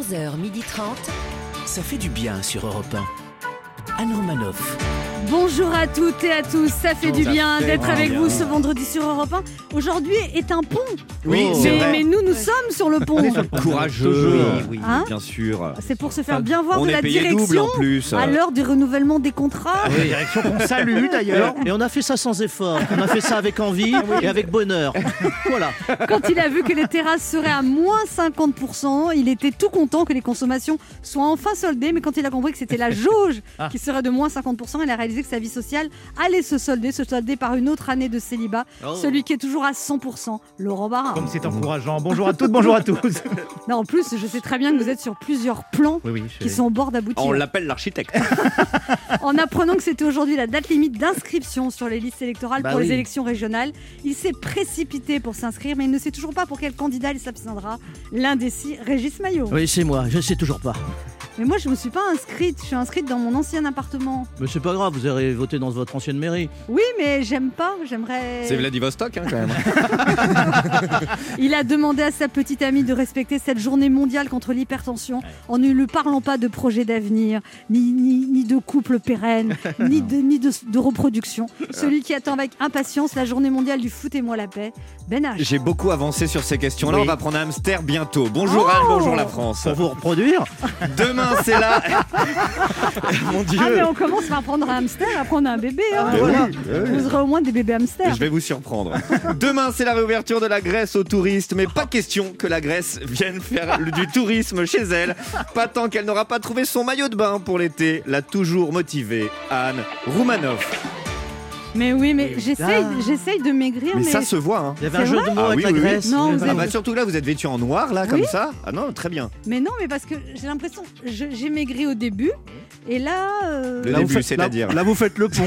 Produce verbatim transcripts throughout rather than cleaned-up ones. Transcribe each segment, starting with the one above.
onze heures trente, ça fait du bien sur Europe un. Anne Romanoff. Bonjour à toutes et à tous, ça fait Oh, du ça bien fait d'être avec bien. vous ce vendredi sur Europe un. Aujourd'hui est un pont. Oui, mais, c'est vrai. mais nous, nous sommes sur le pont. Courageux, oui, oui, Hein bien sûr. C'est pour se faire bien voir On de est la payé double direction en plus. à l'heure du renouvellement des contrats. Oui, direction qu'on salue d'ailleurs. Et on a fait ça sans effort, on a fait ça avec envie et avec bonheur. Voilà. Quand il a vu que les terrasses seraient à moins cinquante pour cent, il était tout content que les consommations soient enfin soldées. Mais quand il a compris que c'était la jauge Ah. qui serait de moins cinquante pour cent, il a réalisé que sa vie sociale allait se solder, se solder par une autre année de célibat. Oh. Celui qui est toujours à cent pour cent, Laurent Barra. Comme c'est encourageant. Bonjour à toutes, bonjour à tous. Non, en plus, je sais très bien que vous êtes sur plusieurs plans Oui, oui. qui sont au bord d'aboutir. On l'appelle l'architecte. En apprenant que c'était aujourd'hui la date limite d'inscription sur les listes électorales Bah pour oui. les élections régionales, il s'est précipité pour s'inscrire, mais il ne sait toujours pas pour quel candidat il s'abstiendra. L'indécis Régis Maillot. Oui, c'est moi, je sais toujours pas. Mais moi, je me suis pas inscrite. Je suis inscrite dans mon ancien appartement. Mais c'est pas grave, vous avez voté dans votre ancienne mairie. Oui, mais j'aime pas. J'aimerais. C'est Vladivostok, hein, quand même. Il a demandé à sa petite amie de respecter cette journée mondiale contre l'hypertension en ne lui parlant pas de projet d'avenir, ni, ni, ni de couple pérenne, ni, de, ni de, de reproduction. Celui qui attend avec impatience la journée mondiale du foutez-moi la paix, Ben H. J'ai beaucoup avancé sur ces questions-là. Oui. On va prendre un hamster bientôt. Bonjour Oh. Anne, bonjour la France. Pour vous reproduire. Demain, c'est là. Mon Dieu. Ah mais on commence par prendre un hamster, à prendre un bébé. Hein. Mais voilà. oui, oui. Vous aurez au moins des bébés hamsters. Je vais vous surprendre. Demain, c'est la réouverture de la Grèce aux touristes, mais pas question que la Grèce vienne faire le- du tourisme chez elle. Pas tant qu'elle n'aura pas trouvé son maillot de bain pour l'été. La toujours motivée Anne Roumanoff. Mais oui, mais j'essaye, Ah. j'essaye de maigrir. Mais Mais, ça se voit, hein. Il y avait C'est un jeu vrai de mots Ah avec oui, la oui, oui. Grèce. Non, vous Ah êtes- bah surtout que là, vous êtes vêtu en noir, là, comme ça. Ah non, très bien. mais non, mais parce que j'ai l'impression, je- j'ai maigri au début, et là. euh, Le Là, vous début, faites- c'est-à-dire. Là, là, vous faites le pont.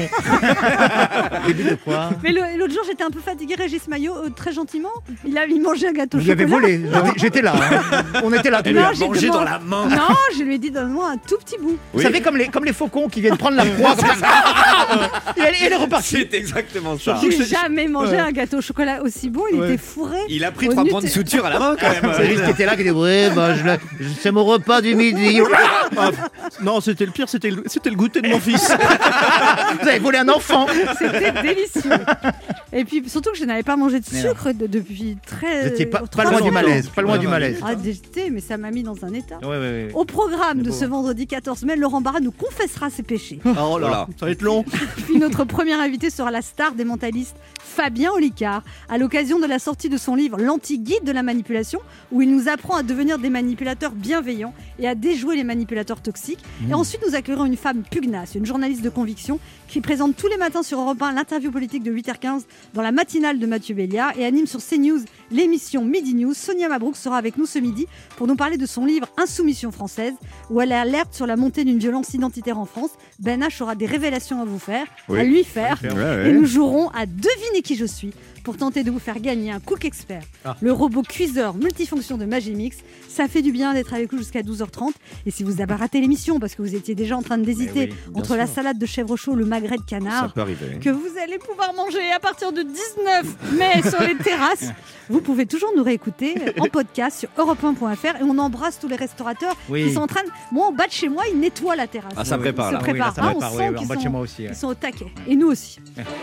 Début de quoi? Mais le- l'autre jour, j'étais un peu fatiguée, Régis Maillot, euh, très gentiment. Il a il mangeait un gâteau au Vous lui avez chocolat. volé. J'étais- J'étais là. hein. On était là tous Elle les lui Non, a j'ai mangé demandé- dans la main. Non, je lui ai dit donne-moi un tout petit bout. Vous Oui. savez, comme les, comme les faucons qui viennent prendre la proie. comme ça. Et elle, elle est repartie. C'est exactement ça. J'ai jamais mangé un gâteau au chocolat aussi bon, il Ouais. était fourré. Il a pris Au trois Nutella. points de suture à la main, quand même. C'est lui qui était là qui dit oui, bah, je l'ai- je- c'est mon repas du midi. Ah, non, c'était le pire, c'était le, c'était le goûter de mon fils. Vous avez volé un enfant. C'était délicieux. Et puis surtout que je n'avais pas mangé de Mais non. sucre de- depuis très. Vous étiez pas, pas trois loin du ans. malaise. Pas loin du malaise. Ah, j'étais, mais ça m'a mis dans un état. Ouais, ouais, ouais. Au programme de bon. ce vendredi quatorze mai, Laurent Barra nous confessera ses péchés. Oh là, Voilà. ça va être long. Puis notre premier invité sera la star des mentalistes, Fabien Olicard, à l'occasion de la sortie de son livre L'anti-guide de la manipulation, où il nous apprend à devenir des manipulateurs bienveillants et à déjouer les manipulateurs toxiques. Et ensuite, nous accueillerons une femme pugnace, une journaliste de conviction, qui présente tous les matins sur Europe un l'interview politique de huit heures quinze dans la matinale de Mathieu Béliard et anime sur CNews l'émission Midi News. Sonia Mabrouk sera avec nous ce midi pour nous parler de son livre Insoumission française, où elle alerte sur la montée d'une violence identitaire en France. Ben H aura des révélations à vous faire, Oui. à lui faire. Ouais, Et ouais. nous jouerons à deviner qui je suis pour tenter de vous faire gagner un Cook Expert, Ah. le robot cuiseur multifonction de Magimix. Ça fait du bien d'être avec vous jusqu'à douze heures trente. Et si vous avez raté l'émission parce que vous étiez déjà en train d'hésiter oui, bien entre la sûr. salade de chèvre chaud, le magret de Ça canard, peut arriver. que vous allez pouvoir manger à partir de dix-neuf mai sur les terrasses, vous pouvez toujours nous réécouter en podcast sur europe un point f r. Et on embrasse tous les restaurateurs Oui. qui sont en train de... Moi, en bas de chez moi, ils nettoient la terrasse. Ah, ça Ils prépare, se là. Oui, là, préparent. ça Ah, prépare, on oui, sent oui, en qu'ils bas de sont- chez moi aussi. ouais. ils sont au taquet. Et nous aussi.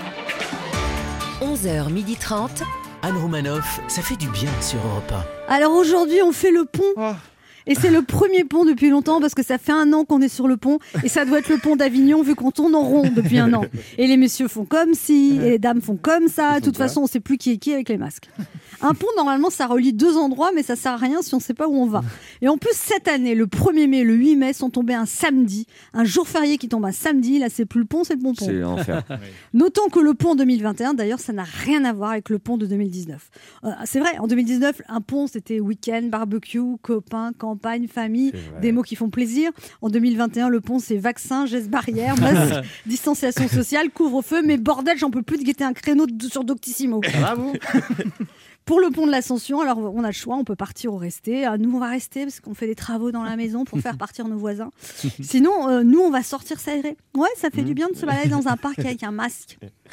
onze heures trente, Anne Romanoff, ça fait du bien sur Europe un. Alors aujourd'hui, on fait le pont. Oh. Et c'est le premier pont depuis longtemps parce que ça fait un an qu'on est sur le pont et ça doit être le pont d'Avignon vu qu'on tourne en rond depuis un an. Et les messieurs font comme si, et les dames font comme ça. De toute façon, on ne sait plus qui est qui avec les masques. Un pont, normalement, ça relie deux endroits, mais ça sert à rien si on ne sait pas où on va. Et en plus, cette année, le premier mai et le huit mai sont tombés un samedi, un jour férié qui tombe un samedi. Là, c'est plus le pont, c'est le pompon. C'est l'enfer. Notons que le pont deux mille vingt et un, d'ailleurs, ça n'a rien à voir avec le pont de deux mille dix-neuf. Euh, c'est vrai, en deux mille dix-neuf, un pont, c'était week-end, barbecue, copains, campagne, famille, des mots qui font plaisir. En deux mille vingt et un, le pont, c'est vaccin, gestes barrières, masque, distanciation sociale, couvre-feu. Mais bordel, j'en peux plus de guetter un créneau de- sur Doctissimo. Bravo. Pour le pont de l'Ascension, alors on a le choix, on peut partir ou rester. Euh, Nous, on va rester parce qu'on fait des travaux dans la maison pour faire partir nos voisins. Sinon, euh, nous, on va sortir s'aérer. Ouais, ça fait du bien de se balader dans un parc avec un masque.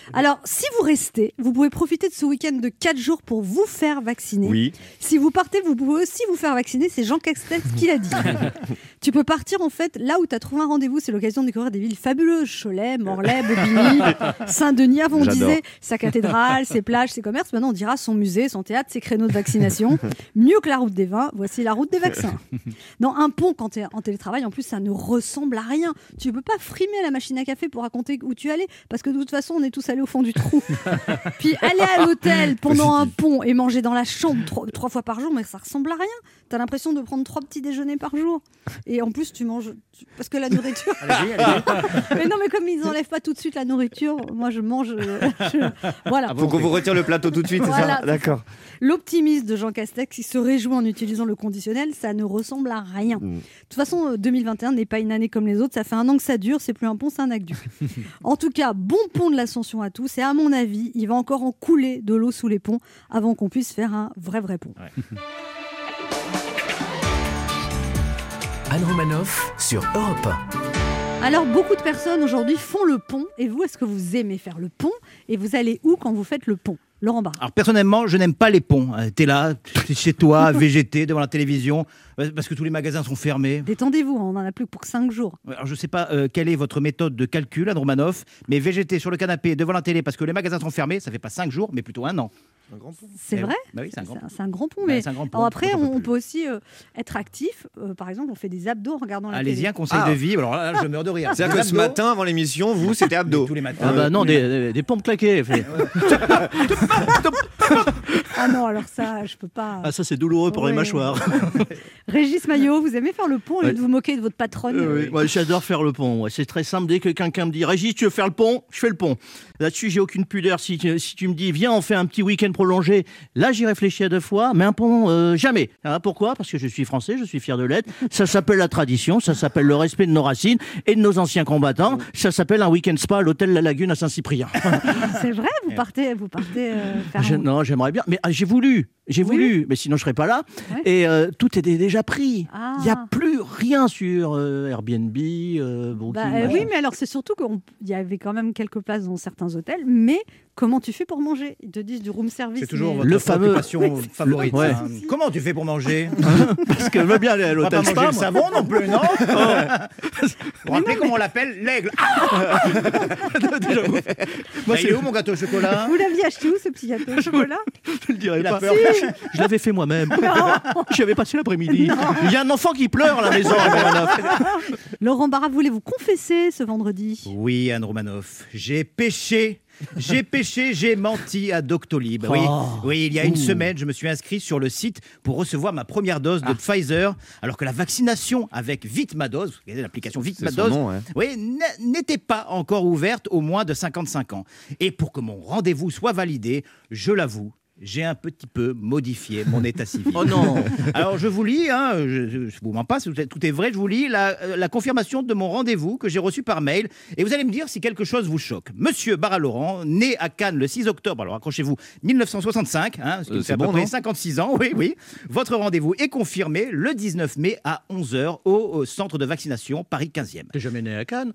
Alors, si vous restez, vous pouvez profiter de ce week-end de quatre jours pour vous faire vacciner. Oui. Si vous partez, vous pouvez aussi vous faire vacciner. C'est Jean Castex qui l'a dit. Tu peux partir, en fait, là où tu as trouvé un rendez-vous. C'est l'occasion de découvrir des villes fabuleuses. Cholet, Morlaix, Bobigny, Saint-Denis. Avant, on J'adore. disait sa cathédrale, ses plages, ses commerces. Maintenant, on dira son musée, son théâtre, ses créneaux de vaccination. Mieux que la route des vins, voici la route des vaccins. Dans un pont, quand tu es en télétravail, en plus, ça ne ressemble à rien. Tu peux pas frimer à la machine à café pour raconter où tu allais, parce que de toute façon, on est tous allés au fond du trou. Puis aller à l'hôtel pendant un pont et manger dans la chambre trois, trois fois par jour, mais ça ressemble à rien. T'as l'impression de prendre trois petits déjeuners par jour. Et en plus, tu manges... tu- Parce que la nourriture... Allez-y, allez-y. mais non, mais comme ils enlèvent pas tout de suite la nourriture, moi, je mange... euh, je- Voilà. Faut qu'on vous retire le plateau tout de suite, c'est Voilà, ça c'est D'accord. L'optimisme de Jean Castex, qui se réjouit en utilisant le conditionnel, ça ne ressemble à rien. Mm. De toute façon, euh, deux mille vingt et un n'est pas une année comme les autres. Ça fait un an que ça dure. C'est plus un pont, c'est un aqueduc. En tout cas, bon pont de l'Ascension à tous. Et à mon avis, il va encore en couler de l'eau sous les ponts avant qu'on puisse faire un vrai, vrai pont. Anne Romanoff sur Europe un. Alors, beaucoup de personnes aujourd'hui font le pont. Et vous, est-ce que vous aimez faire le pont? Et vous allez où quand vous faites le pont? Laurent Barra. Alors personnellement, je n'aime pas les ponts. Euh, T'es là, t'es chez toi, végété devant la télévision, euh, parce que tous les magasins sont fermés. Détendez-vous, on n'en a plus pour cinq jours. Alors je ne sais pas euh, quelle est votre méthode de calcul, Anne Romanoff, mais végéter sur le canapé devant la télé parce que les magasins sont fermés, ça fait pas cinq jours, mais plutôt un an. C'est Eh vrai? oui. Bah oui, c'est un grand C'est pont. un, c'est un grand pont. Bah, Mais c'est un grand pont. alors après, Moi, j'en peux on, on plus. peut aussi euh, être actif. Euh, par exemple, on fait des abdos en regardant la Allez-y, télé. un conseil Ah. de vie. Alors là, je meurs de rire. C'est-à-dire que ce Abdos, matin, avant l'émission, vous, c'était abdos. tous les matins. Ah bah euh, non, tous les des, des, des pompes claquées. fait. Ah non, alors ça, je peux pas. Ah ça c'est douloureux pour Ouais. les mâchoires. Régis Maillot, vous aimez faire le pont au lieu Ouais. de vous moquer de votre patronne? Euh, oui. Moi, j'adore faire le pont. Ouais. C'est très simple. Dès que quelqu'un me dit Régis, tu veux faire le pont? Je fais le pont. Là-dessus, j'ai aucune pudeur. Si, tu- si tu me dis viens, on fait un petit week-end prolongé, là, j'y réfléchis à deux fois. Mais un pont, euh, jamais. Ah, pourquoi? Parce que je suis français, je suis fier de l'être. Ça s'appelle la tradition, ça s'appelle le respect de nos racines et de nos anciens combattants. Ça s'appelle un week-end spa à l'hôtel La Lagune à Saint-Cyprien. C'est vrai, vous partez, vous partez euh, faire Je- un- non, j'aimerais bien. Mais ah, j'ai voulu. J'ai Oui. voulu. Mais sinon, je serais pas là. Ouais. Et euh, tout était déjà pris. Ah. Il n'y a plus rien sur euh, Airbnb, euh, Booking. Bah, euh, machin. oui, mais alors c'est surtout qu'il y avait quand même quelques places dans certains hôtels. Mais comment tu fais pour manger? Ils te disent du room service. C'est toujours mais- votre Le fameux- préoccupation Oui, c'est- favorite. Ouais. hein. Comment tu fais pour manger? Parce qu'elle veut bien aller à On va pas l'hôtel manger spa. le moi. savon non plus, non? Vous vous rappelez comment on l'appelle? L'aigle. Ah Déjà, vous- Bah, il est où mon gâteau au chocolat? Vous l'aviez acheté où ce petit gâteau au chocolat? Je le dirais Il a pas. peur. Je l'avais fait moi-même. J'y avais passé l'après-midi. Il y a un enfant qui pleure à la maison. Laurent Barra, voulez vous confesser ce vendredi? Oui, Anne Romanoff, j'ai péché. J'ai péché, j'ai menti à Doctolib. Oui, Oh. oui, il y a une Ouh. semaine, je me suis inscrit sur le site pour recevoir ma première dose de Pfizer, alors que la vaccination avec Vite ma dose, vous connaissez l'application Vite ma C'est son dose, nom, ouais. oui, n- n'était pas encore ouverte aux moins de cinquante-cinq ans. Et pour que mon rendez-vous soit validé, je l'avoue, j'ai un petit peu modifié mon état civil. Oh non. Alors je vous lis, hein, je ne vous mens pas, tout est- tout est vrai, je vous lis la, euh, la confirmation de mon rendez-vous que j'ai reçu par mail et vous allez me dire si quelque chose vous choque. Monsieur Barra-Laurent, né à Cannes le six octobre, alors accrochez-vous, mille neuf cent soixante-cinq, hein, ce qui Euh, me c'est fait à peu bon, près non cinquante-six ans, oui, oui. Votre rendez-vous est confirmé le dix-neuf mai à onze heures au, au centre de vaccination Paris quinzième. T'es jamais né à Cannes.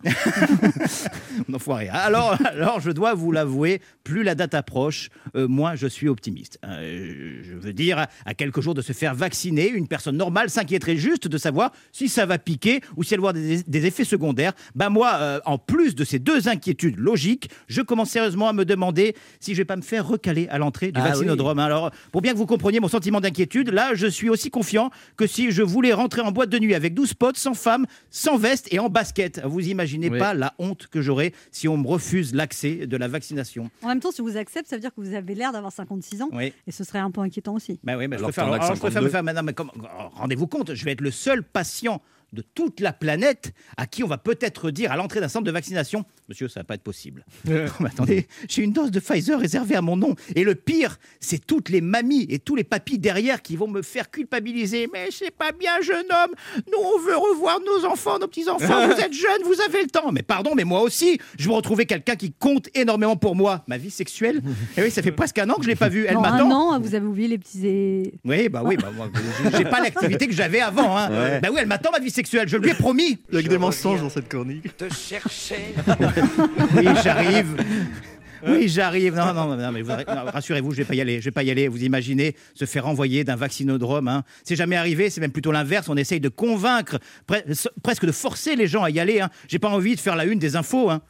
Enfoiré. Alors, alors, je dois vous l'avouer, plus la date approche, euh, moins je suis optimiste. Euh, je veux dire, à quelques jours de se faire vacciner, une personne normale s'inquiéterait juste de savoir si ça va piquer ou si elle va avoir des, des effets secondaires. Ben moi, euh, en plus de ces deux inquiétudes logiques, je commence sérieusement à me demander si je vais pas me faire recaler à l'entrée du Ah vaccinodrome. Alors, pour bien que vous compreniez mon sentiment d'inquiétude, là, je suis aussi confiant que si je voulais rentrer en boîte de nuit avec douze potes, sans femme, sans veste et en basket. Vous imaginez Oui. pas la honte que j'aurais si on me refuse l'accès de la vaccination. En même temps, si vous acceptez, ça veut dire que vous avez l'air d'avoir cinquante-six ans. Oui. Et ce serait un peu inquiétant aussi. Bah oui, bah je Alors préfère, que t'en as que alors, je préfère me cinquante-deux. faire. Maintenant, mais comme- rendez-vous compte, je vais être le seul patient de toute la planète à qui on va peut-être dire à l'entrée d'un centre de vaccination « Monsieur, ça va pas être possible. » Mais attendez, j'ai une dose de Pfizer réservée à mon nom. Et le pire, c'est toutes les mamies et tous les papis derrière qui vont me faire culpabiliser. « Mais c'est pas bien, jeune homme. Nous, on veut revoir nos enfants, nos petits-enfants. Vous êtes jeunes, vous avez le temps. » Mais pardon, mais moi aussi, je veux retrouver quelqu'un qui compte énormément pour moi. Ma vie sexuelle. Et oui, ça fait presque un an que je l'ai pas vue. Elle Dans m'attend. un an, vous avez oublié les petits. é- Oui, bah oui, bah, moi, j'ai- j'ai pas l'activité que j'avais avant. Hein. Ouais. Bah oui, elle m'attend ma vie sexuelle, je lui ai promis. Avec des mensonges dans cette chronique. Te chercher. Oui, j'arrive. Oui, j'arrive. Non, non, non, mais vous, non, rassurez-vous, je vais pas y aller. Je vais pas y aller. Vous imaginez se faire renvoyer d'un vaccinodrome, hein. C'est jamais arrivé. C'est même plutôt l'inverse. On essaye de convaincre, pre- presque de forcer les gens à y aller. Hein. J'ai pas envie de faire la une des infos. Hein.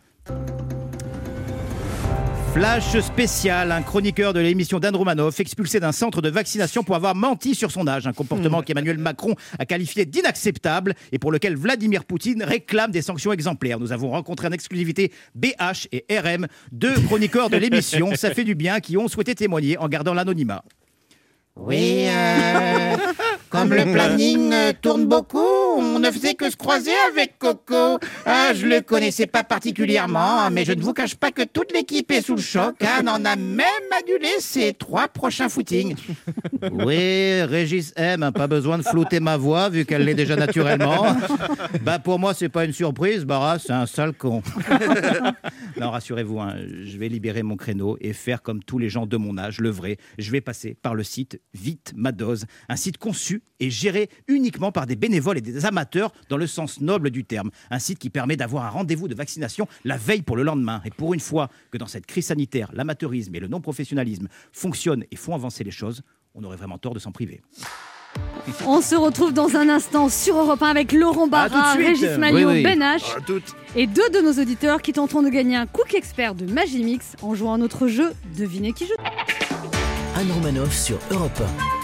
Flash spécial, un chroniqueur de l'émission d'Anne Romanoff expulsé d'un centre de vaccination pour avoir menti sur son âge. Un comportement qu'Emmanuel Macron a qualifié d'inacceptable et pour lequel Vladimir Poutine réclame des sanctions exemplaires. Nous avons rencontré en exclusivité B H et R M, deux chroniqueurs de l'émission, ça fait du bien, qui ont souhaité témoigner en gardant l'anonymat. Oui, euh, comme le planning euh, tourne beaucoup, on ne faisait que se croiser avec Coco. Ah, je le connaissais pas particulièrement, mais je ne vous cache pas que toute l'équipe est sous le choc. Anne en a même annulé ses trois prochains footings. Oui, Régis M, pas besoin de flouter ma voix vu qu'elle l'est déjà naturellement. Bah pour moi, c'est pas une surprise, Barra, c'est un sale con. Non, rassurez-vous, hein, je vais libérer mon créneau et faire comme tous les gens de mon âge, le vrai. Je vais passer par le site Vite ma dose, un site conçu et géré uniquement par des bénévoles et des amateurs dans le sens noble du terme. Un site qui permet d'avoir un rendez-vous de vaccination la veille pour le lendemain. Et pour une fois que dans cette crise sanitaire, l'amateurisme et le non-professionnalisme fonctionnent et font avancer les choses, on aurait vraiment tort de s'en priver. On se retrouve dans un instant sur Europe un avec Laurent Barra, À tout de suite. Régis Maillot, Oui, oui. Ben H À toutes. et deux de nos auditeurs qui tenteront de gagner un Cook Expert de Magimix en jouant à notre jeu Devinez qui joue. Anne Romanoff sur Europe un.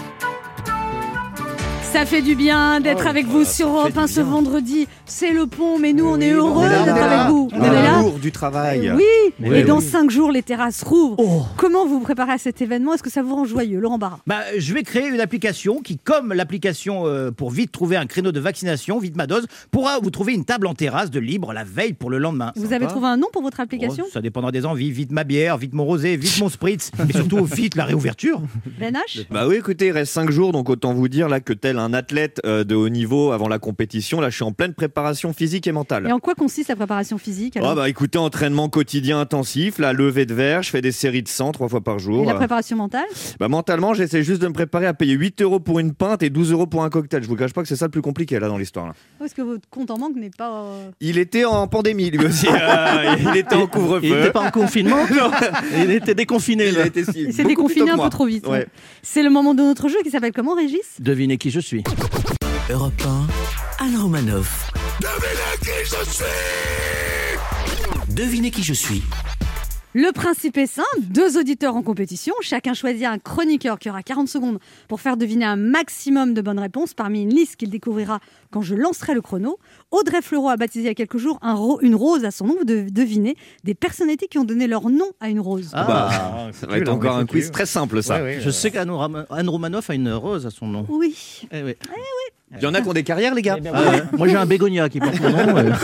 Ça fait du bien d'être Oh, avec voilà, vous ça sur fait Europe du un ce bien. vendredi. C'est le pont, mais nous, on est Oui, heureux on est là, d'être on est là. avec vous. On Vous est est là lourd du travail. Oui, Oui, et dans oui. cinq jours, les terrasses rouvrent. Oh. Comment vous vous préparez à cet événement? Est-ce que ça vous rend joyeux, Laurent Barra? Bah, je vais créer une application qui, comme l'application euh, pour vite trouver un créneau de vaccination, Vite ma dose, pourra vous trouver une table en terrasse de libre la veille pour le lendemain. Vous avez trouvé un nom pour votre application? Oh, ça dépendra des envies. Vite ma bière, vite mon rosé, vite mon spritz, et surtout vite la réouverture. Ben H? Bah oui, écoutez, il reste cinq jours, donc autant vous dire là que tel un athlète euh, de haut niveau avant la compétition, là je suis en pleine préparation physique et mentale. Et en quoi consiste la préparation physique alors? Oh bah écoutez, entraînement quotidien intensif, la levée de verre, je fais des séries de cent trois fois par jour. Et la préparation mentale? Bah mentalement, j'essaie juste de me préparer à payer huit euros pour une pinte et douze euros pour un cocktail. Je vous cache pas que c'est ça le plus compliqué là dans l'histoire. Là. Parce que votre compte en banque n'est pas... euh, Il était en pandémie lui aussi, euh, il était en Il couvre-feu. n'était pas en confinement. Il était déconfiné. Il là. a été si- Il s'est beaucoup plus déconfiné tôt un que moi. peu trop vite. Ouais. C'est le moment de notre jeu qui s'appelle comment, Régis? Devinez qui je suis. Europe un, Anne Romanoff. Devinez qui je suis. Le principe est simple, deux auditeurs en compétition, chacun choisit un chroniqueur qui aura quarante secondes pour faire deviner un maximum de bonnes réponses parmi une liste qu'il découvrira quand je lancerai le chrono. Audrey Fleurot a baptisé il y a quelques jours un ro- une rose à son nom. Vous devez deviner des personnalités qui ont donné leur nom à une rose. Ah, Bah, ça va être encore un quiz très simple ça. je sais qu'Anne Rom- Anne Romanoff a une rose à son nom. Oui. Eh oui. Il y en a qui ont des carrières les gars. Ah ouais. Moi j'ai un bégonia qui porte mon nom. euh.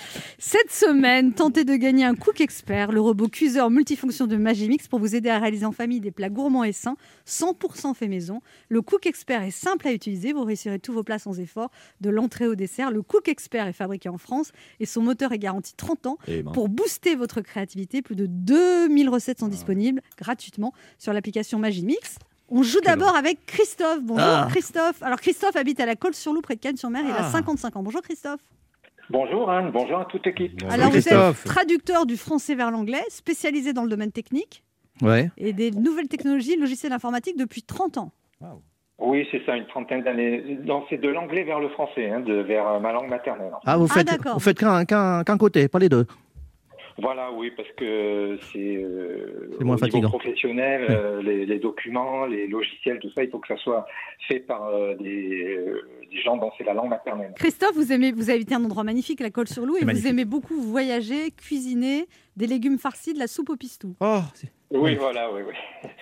Cette semaine, tentez de gagner un Cook Expert, le robot cuiseur multifonction de Magimix pour vous aider à réaliser en famille des plats gourmands et sains, cent pour cent fait maison. Le Cook Expert est simple à utiliser, vous réussirez tous vos plats sans effort, de l'entrée au dessert. Le Cook Expert est fabriqué en France et son moteur est garanti trente ans. Eh ben. Pour booster votre créativité, plus de deux mille recettes sont disponibles gratuitement sur l'application Magimix. On joue d'abord avec Christophe. Bonjour Ah. Christophe. Alors Christophe habite à la Colle-sur-Loup près de Cannes-sur-Mer, il a Ah. cinquante-cinq ans. Bonjour Christophe. Bonjour Anne, bonjour à toute l'équipe. Alors vous Christophe. êtes traducteur du français vers l'anglais, spécialisé dans le domaine technique Ouais. et des nouvelles technologies, logiciels informatiques depuis trente ans. Oui, c'est ça, une trentaine d'années. Non, c'est de l'anglais vers le français, hein, de, vers euh, ma langue maternelle. Ah, vous Ah, faites, d'accord. vous faites qu'un qu'un- qu'un côté, pas les deux. Voilà, oui, parce que c'est euh, C'est moins au niveau fatigant. professionnel, euh, les, les documents, les logiciels, tout ça, il faut que ça soit fait par euh, des, euh, des gens dont c'est la langue maternelle. Christophe, vous aimez, vous habitez un endroit magnifique, la Colle-sur-Loup, et C'est vous magnifique. aimez beaucoup voyager, cuisiner, des légumes farcis, de la soupe au pistou. Oh, c'est- Oui, voilà, oui, oui.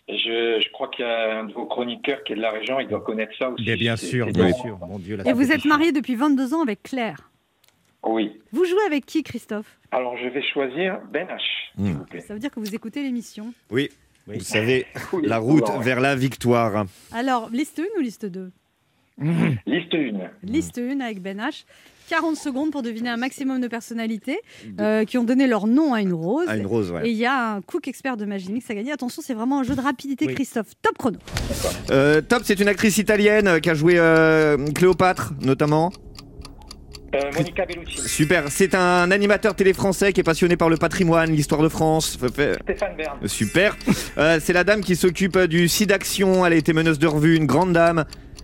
Je, je crois qu'il y a un de vos chroniqueurs qui est de la région, il doit connaître ça aussi. bien, bien C'est- sûr, c'est bien Laurent. sûr. Mon Dieu, la Et vous êtes compétition. marié depuis vingt-deux ans avec Claire. Oui. Vous jouez avec qui, Christophe? Alors, je vais choisir Ben H, s'il Hmm. vous plaît. Ça veut dire que vous écoutez l'émission. Oui, Oui. vous savez, Oui, la route souvent, ouais. vers la victoire. Alors, liste un ou liste deux? Liste un. Liste un avec Ben H. quarante secondes pour deviner un maximum de personnalités euh, qui ont donné leur nom à une rose. Ah, une rose, ouais. Et il y a un Cook Expert de Magimix à gagner. Attention, c'est vraiment un jeu de rapidité, Oui. Christophe. Top chrono. Euh, Top, c'est une actrice italienne qui a joué euh, Cléopâtre, notamment. Euh, Monica Bellucci. Super. C'est un animateur télé français qui est passionné par le patrimoine, l'histoire de France. Stéphane Bern. Super. Euh, c'est la dame qui s'occupe du site d'action. Elle a été meneuse de revue, une grande dame.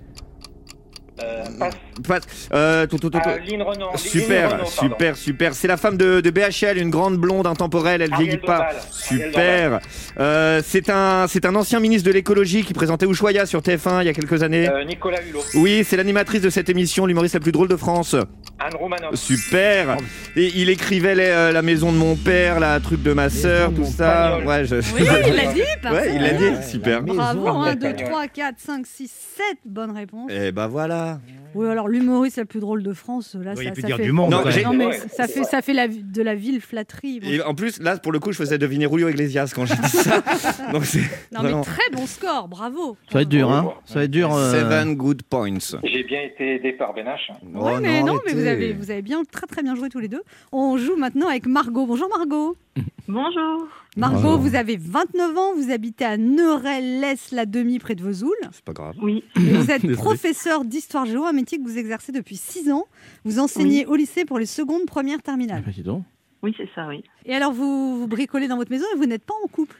Euh, passe. Pas- euh, tout, tout, tout, tout. Ah, Lynn Renaud. Lynn Super, Renaud, pardon. super, super. C'est la femme de, de B H L, une grande blonde intemporelle, elle Ariel vieillit pas. Dombal. Ariel Super. Euh, c'est un, c'est un ancien ministre de l'écologie qui présentait Ushuaïa sur T F un il y a quelques années. Euh, Nicolas Hulot. Oui, c'est l'animatrice de cette émission, l'humoriste la plus drôle de France. Anne Romanoff. Super. Et il écrivait les, euh, la maison de mon père, la truc de ma sœur, tout ça. Pagnol. Ouais, je... Oui, il l'a dit, parfait. Ouais, il l'a dit. Super. Bravo, un, deux, Pagnol. trois, quatre, cinq, six, sept bonnes réponses. Et bah voilà. Oui, alors l'humoriste la plus drôle de France, là, Oui, il ça, peut ça dire fait... du monde. Non, quand j'ai- même. Non, mais Ouais. ça fait, ça fait la, de la ville flatterie. Bon. Et en plus, là, pour le coup, je faisais deviner Julio Iglesias quand j'ai dit ça. Donc c'est Non, mais vraiment très bon score, bravo. Ça va être dur, hein. Ça va être dur. euh, seven good points. J'ai bien été aidé par Ben H. Ouais, Oh mais non, mais arrêtez. vous avez, vous avez bien, très très bien joué tous les deux. On joue maintenant avec Margot. Bonjour Margot. Bonjour. Margot, Bonjour. vous avez vingt-neuf ans, vous habitez à Neurel-lès-la-Demi près de Vesoul. C'est pas grave. Oui. Et vous êtes Désolé. professeur d'histoire géo, un métier que vous exercez depuis six ans. Vous enseignez au lycée pour les secondes, premières, Ah, terminales. bah, dis donc. Oui, c'est ça, oui. Et alors vous, vous bricolez dans votre maison et vous n'êtes pas en couple.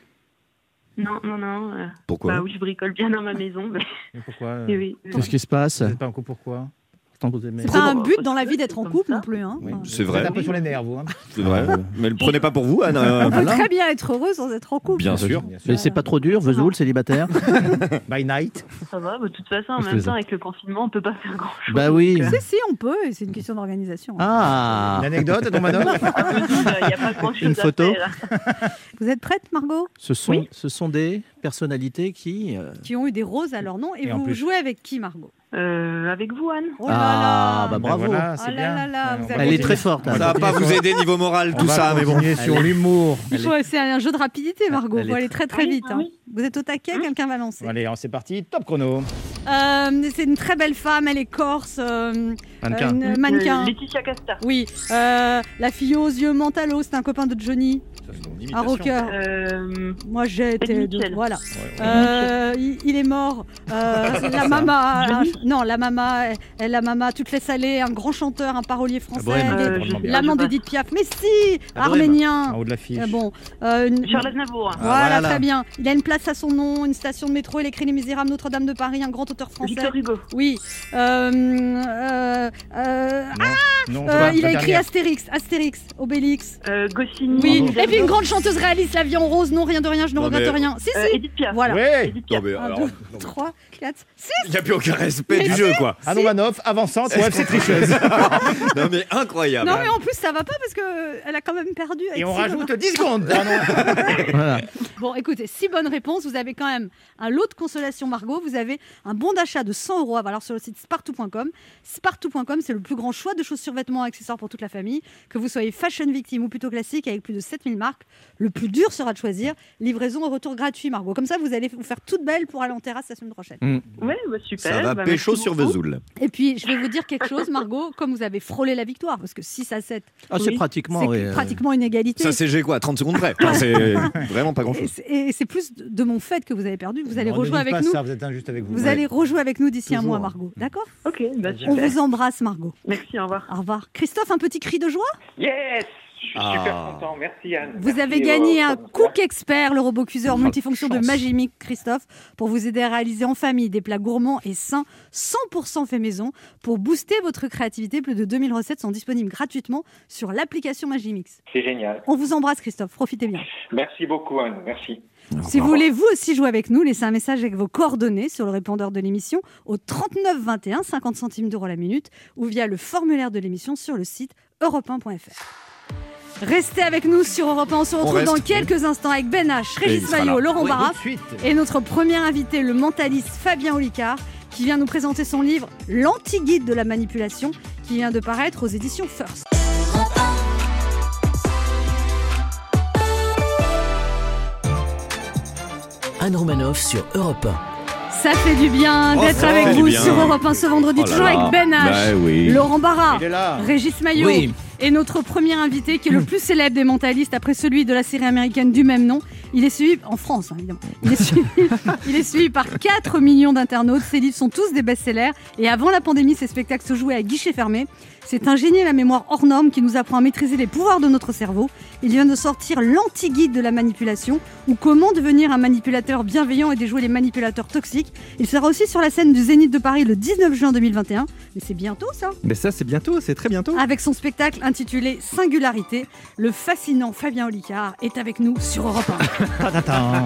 Non, non, non. euh, Pourquoi bah oui, je bricole bien dans ma maison. Mais... Mais pourquoi euh, oui, oui. Qu'est-ce qui se passe? Vous n'êtes pas en couple, pourquoi? Pourtant, vous aimez. C'est pas un Comment but on dans la peut vie se d'être en comme couple ça non plus. Hein. Oui. Enfin, C'est Vous êtes vrai. un peu sur les nerfs, vous. Hein. C'est vrai. Mais le prenez pas pour vous, Anne. euh, on peut voilà. très bien être heureux sans être en couple. Bien sûr. Mais c'est pas trop dur, Vesoul, célibataire? By night. Ça va, bah, de toute façon, en Je même plaisante. temps, avec le confinement, on peut pas faire grand-chose. Bah oui. donc, euh, Si, si, on peut, et c'est une question d'organisation. Ah, Une anecdote, ton Manon? Il n'y a pas grand-chose Une à photo faire. Vous êtes prête, Margot? ce sont, Oui. ce sont des personnalités qui. euh, Qui ont eu des roses à leur nom. Et, Et en vous plus- jouez avec qui, Margot? Euh, avec vous, Anne. Oh là Ah, là bah bravo. Ben voilà, Oh c'est là bien. là là, Ouais, vous on va avez- Elle est continuer. très forte. On va Anne. Ça va pas vous aider niveau moral, On tout va ça, mais bon. continuer sur l'humour. Il faut, c'est un jeu de rapidité, Margot. Elle Il faut est aller très très Oui, vite. ah hein. oui. Vous êtes au taquet, quelqu'un va lancer. Allez, c'est parti, top chrono. Euh, c'est une très belle femme, elle est corse. euh, Mannequin. euh, une mannequin. Euh, Laetitia Casta. Oui, euh, la fille aux yeux mentalo, c'est un copain de Johnny, un rocker. Euh, Moi j'ai été. Eddie de- Mitchell. Voilà. Euh, il, il est mort. Euh, la mama. Johnny non, la mama. Elle, la mama, toutes les salées, un grand chanteur, un parolier français. Bohème. il est- Euh, je- je- L'amant je passe. d'Edith Piaf. Mais si, La Bohème. arménien. En haut de l'affiche. Euh, bon, euh, une- Charles Aznavour. Voilà, voilà. très bien. Il a une place à son nom, une station de métro, il écrit Les Misérables, Notre-Dame de Paris, un grand auteur français. Victor Hugo. Oui. Euh, euh, euh, Non, euh, voilà, il la a écrit dernière. Astérix, Astérix, Obélix. Euh, Goscinny. Oui. Bravo. Et puis une grande chanteuse réaliste, La vie en rose. Non, rien de rien, je ne Non, regrette mais- rien. Si, Euh, si. Edith Piaf. Voilà. Ouais. Edith Non, Piaf. mais un, alors, deux, non, mais- trois, quatre, six. Il n'y a plus aucun respect Mais du si. jeu, quoi. Anne Romanoff, avançante, ouais, c'est tricheuse. Non, mais incroyable. Non, mais en plus, ça va pas parce qu'elle a quand même perdu. avec Et on six rajoute bonnes- dix secondes. Pardon. Voilà. Bon, écoutez, six bonnes réponses. Vous avez quand même un lot de consolation, Margot. Vous avez un bon d'achat de cent euros à valoir sur le site spartou point com. spartou point com, c'est le plus grand choix de chaussures, vêtements, accessoires pour toute la famille. Que vous soyez fashion victime ou plutôt classique, avec plus de sept mille marques, le plus dur sera de choisir. Livraison et retour gratuit, Margot. Comme ça, vous allez vous faire toute belle pour aller en terrasse la semaine prochaine. Ouais, bah, super. Ça va Bah, pécho merci sur beaucoup. Vesoul. Et puis, je vais vous dire quelque chose, Margot, comme vous avez frôlé la victoire, parce que six à sept, Ah, c'est Oui. pratiquement. c'est ouais, euh, pratiquement une égalité. Ça, c'est G quoi, trente secondes près. Enfin, c'est vraiment pas Et grand-chose. c'est- Et c'est plus de de mon fait que vous avez perdu. Vous allez Non, ne rejouer dites avec pas nous. ça, vous êtes injuste avec vous. Vous Ouais. allez rejouer avec nous d'ici un Toujours. mois, Margot. D'accord? Ok, bah, On super. vous embrasse, Margot. Merci, au revoir. Au revoir. Christophe, un petit cri de joie? Yes, je suis Ah. super content. Merci Anne. Vous Merci, avez gagné euh, un producteur. Cook Expert, le robot cuiseur multifonction de chance. Magimic, Christophe, pour vous aider à réaliser en famille des plats gourmands et sains, cent pour cent fait maison. Pour booster votre créativité, plus de deux mille recettes sont disponibles gratuitement sur l'application Magimix. C'est génial. On vous embrasse, Christophe. Profitez bien. Merci beaucoup Anne. Merci. Si vous voulez vous aussi jouer avec nous, laissez un message avec vos coordonnées sur le répondeur de l'émission au trente-neuf vingt et un, cinquante centimes d'euros la minute, ou via le formulaire de l'émission sur le site europe un point f r. Restez avec nous sur Europe un. On se retrouve reste. dans quelques instants avec Ben H, Et il Régis sera Maillot, là. Laurent Oui, tout Barra de suite. et notre premier invité, le mentaliste Fabien Olicard, qui vient nous présenter son livre L'anti-guide de la manipulation, qui vient de paraître aux éditions First. Anne Romanoff sur Europe un. Ça fait du bien Oh, d'être ça avec fait du vous bien. sur Europe un ce vendredi, Oh là toujours là. avec Ben H, Bah oui. Laurent Barra, Il est là. Régis Maillot Oui. Et notre premier invité, qui est le plus célèbre des mentalistes après celui de la série américaine du même nom, il est suivi, en France hein, évidemment, il est, suivi, il est suivi par quatre millions d'internautes. Ses livres sont tous des best-sellers et avant la pandémie, ses spectacles se jouaient à guichet fermé. C'est un génie à la mémoire hors norme qui nous apprend à maîtriser les pouvoirs de notre cerveau. Il vient de sortir l'anti-guide de la manipulation ou comment devenir un manipulateur bienveillant et déjouer les manipulateurs toxiques. Il sera aussi sur la scène du Zénith de Paris le dix-neuf juin deux mille vingt et un. Mais c'est bientôt ça. Mais ça c'est bientôt, c'est très bientôt. Avec son spectacle intitulé Singularité, le fascinant Fabien Olicard est avec nous sur Europe un.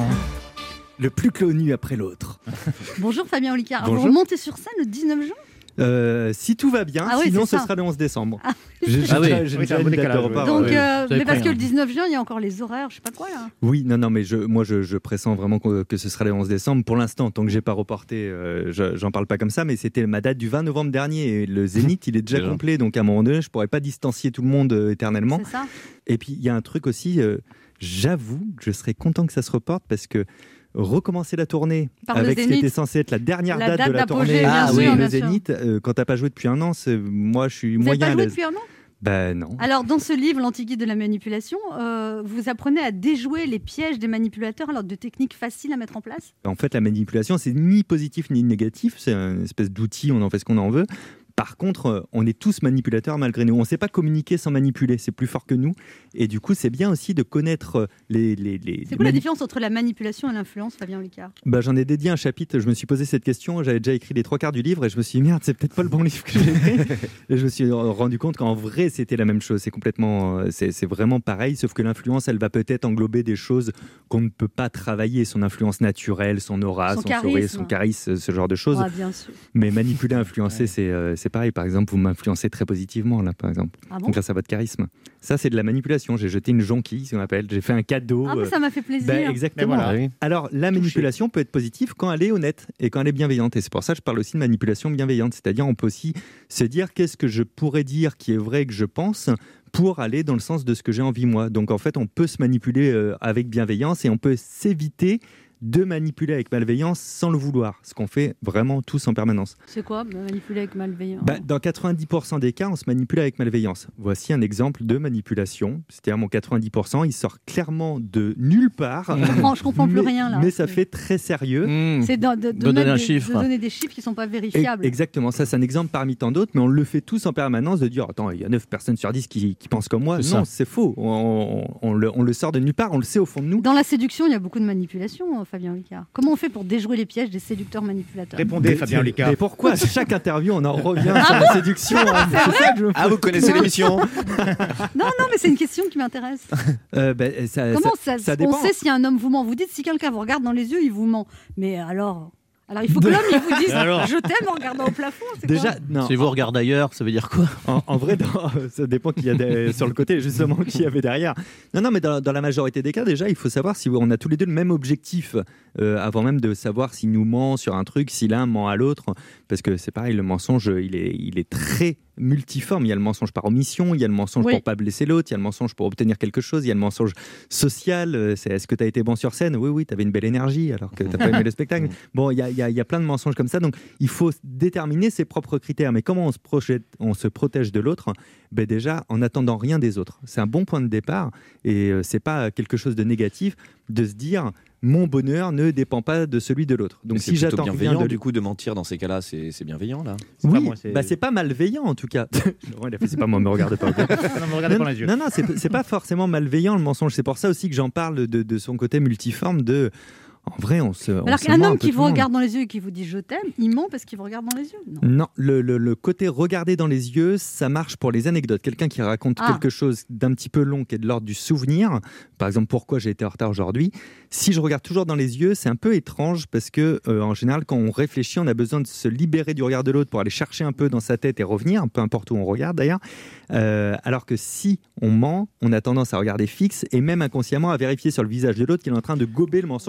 Le plus connu après l'autre. Bonjour Fabien Olicard. Bonjour. Vous remontez sur scène le dix-neuf juin ? Euh, si tout va bien, Ah oui, sinon c'est ce ça. sera le onze décembre. Ah. J'ai, j'ai Ah oui. déjà, j'ai Oui, déjà c'est un une beau date de décalage, repart. Donc, ouais. euh, Vous avez mais parce pris que un- le dix-neuf juin, il y a encore les horaires, je sais pas quoi là. Oui, non, non, mais je, moi je, je pressens vraiment que, que ce sera le onze décembre. Pour l'instant, tant que j'ai pas reporté, euh, je, j'en parle pas comme ça, mais c'était ma date du vingt novembre dernier. Et le Zénith, il est déjà Déjà. complet, donc à un moment donné, je pourrais pas distancier tout le monde euh, éternellement. C'est ça. Et puis il y a un truc aussi, euh, j'avoue que je serais content que ça se reporte parce que recommencer la tournée Par le avec ce qui Zénith. était censé être la dernière La date, date de la d'apogée, tournée, bien ah, sûr, oui, bien le sûr. Zénith, euh, quand t'as pas joué depuis un an, c'est, moi je suis Vous n'avez moyen pas à joué l'aise. depuis un an ? Ben non. Alors, dans ce livre, L'Anti-Guide de la manipulation, euh, vous apprenez à déjouer les pièges des manipulateurs alors de techniques faciles à mettre en place ? En fait, la manipulation, c'est ni positif ni négatif. C'est une espèce d'outil, on en fait ce qu'on en veut. Par contre, euh, on est tous manipulateurs malgré nous. On ne sait pas communiquer sans manipuler. C'est plus fort que nous. Et du coup, c'est bien aussi de connaître euh, les... les, les C'est les quoi la mani- différence entre la manipulation et l'influence, Fabien Olicard ? Bah, j'en ai dédié un chapitre. Je me suis posé cette question. J'avais déjà écrit les trois quarts du livre et je me suis dit, merde, c'est peut-être pas le bon livre que j'ai écrit. Et je me suis rendu compte qu'en vrai, c'était la même chose. C'est complètement... euh, C'est, c'est vraiment pareil, sauf que l'influence, elle va peut-être englober des choses qu'on ne peut pas travailler. Son influence naturelle, son aura, Son son, charisme. sourire, son charisme, ce genre de choses. Ah, bien sûr. Mais manipuler, influencer, c'est, euh, c'est pareil. Par exemple, vous m'influencez très positivement, là, par exemple. Ah bon ? Donc, grâce à votre charisme. Ça, c'est de la manipulation. J'ai jeté une jonquille, ce qu'on appelle. J'ai fait un cadeau. Ah, mais euh, ça m'a fait plaisir. ben, exactement. Mais voilà. Alors, la manipulation peut être positive quand elle est honnête et quand elle est bienveillante. Et c'est pour ça que je parle aussi de manipulation bienveillante. C'est-à-dire, on peut aussi se dire qu'est-ce que je pourrais dire qui est vrai que je pense pour aller dans le sens de ce que j'ai envie moi. Donc, en fait, on peut se manipuler euh, avec bienveillance et on peut s'éviter de manipuler avec malveillance sans le vouloir, ce qu'on fait vraiment tous en permanence. C'est quoi, manipuler avec malveillance ? Bah, dans quatre-vingt-dix pour cent des cas, on se manipule avec malveillance. Voici un exemple de manipulation. C'est-à-dire mon quatre-vingt-dix pour cent, il sort clairement de nulle part. Je comprends, je comprends plus mais, rien là. Mais ça fait très sérieux. Mmh. C'est de, de- de Donner mettre un des- chiffre. de donner des chiffres qui ne sont pas Et- vérifiables. exactement, ça c'est un exemple parmi tant d'autres, mais on le fait tous en permanence de dire attends, il y a neuf personnes sur dix qui, qui pensent comme moi. C'est Non, ça. c'est faux. On, on- on le, on le sort de nulle part, on le sait au fond de nous. Dans la séduction, il y a beaucoup de manipulation, euh, Fabien Olicard. Comment on fait pour déjouer les pièges des séducteurs manipulateurs ? Répondez, Fabien Olicard. Mais pourquoi à chaque interview on en revient sur la séduction hein C'est ça que je me Ah, vous connaissez l'émission ? Non, non, mais c'est une question qui m'intéresse. Euh, ben, ça- Comment ça- ça, ça on dépend. sait si un homme vous ment ? Vous dites si quelqu'un vous regarde dans les yeux, il vous ment. Mais alors Alors il faut que l'homme il vous dise Alors je t'aime en regardant au plafond. C'est Déjà, quoi non. Si vous regardez ailleurs, ça veut dire quoi? En, en vrai, dans- ça dépend qu'il y a des- sur le côté, justement, qu'il y avait derrière. Non, non, mais dans, dans la majorité des cas, déjà, il faut savoir si on a tous les deux le même objectif, euh, avant même de savoir s'il nous ment sur un truc, si l'un ment à l'autre. Parce que c'est pareil, le mensonge, il est, il est très multiforme. Il y a le mensonge par omission, il y a le mensonge Oui. pour pas blesser l'autre, il y a le mensonge pour obtenir quelque chose, il y a le mensonge social. euh, C'est est-ce que tu as été bon sur scène? Oui, oui, tu avais une belle énergie alors que tu pas aimé le spectacle. Bon, il y a, il y a- il y a plein de mensonges comme ça. Donc, il faut déterminer ses propres critères. Mais comment on se, projette, on se protège de l'autre? Ben déjà, en n'attendant rien des autres. C'est un bon point de départ et euh, c'est pas quelque chose de négatif de se dire mon bonheur ne dépend pas de celui de l'autre. Donc Mais si c'est plutôt j'attends rien bienveillant de du coup de mentir dans ces cas-là, c'est c'est bienveillant là. oui, pas moi, c'est- bah c'est pas malveillant en tout cas. Non, il a fait, c'est pas moi, me regarde pas. ok. Non, me regardez non, pas dans les yeux. non, non, c'est, c'est pas forcément malveillant le mensonge. C'est pour ça aussi que j'en parle de, de son côté multiforme. De, en vrai, on se. on Alors se qu'un ment un homme peu qui tout vous le monde. regarde dans les yeux et qui vous dit je t'aime, il ment parce qu'il vous regarde dans les yeux. Non. Non, le, le- le côté regarder dans les yeux, ça marche pour les anecdotes. Quelqu'un qui raconte Ah. quelque chose d'un petit peu long, qui est de l'ordre du souvenir, par exemple, pourquoi j'ai été en retard aujourd'hui, si je regarde toujours dans les yeux, c'est un peu étrange parce que, euh, en général, quand on réfléchit, on a besoin de se libérer du regard de l'autre pour aller chercher un peu dans sa tête et revenir, peu importe où on regarde d'ailleurs. Euh, alors que si on ment, on a tendance à regarder fixe et même inconsciemment à vérifier sur le visage de l'autre qu'il est en train de gober le mensonge qu'on est en Et train vous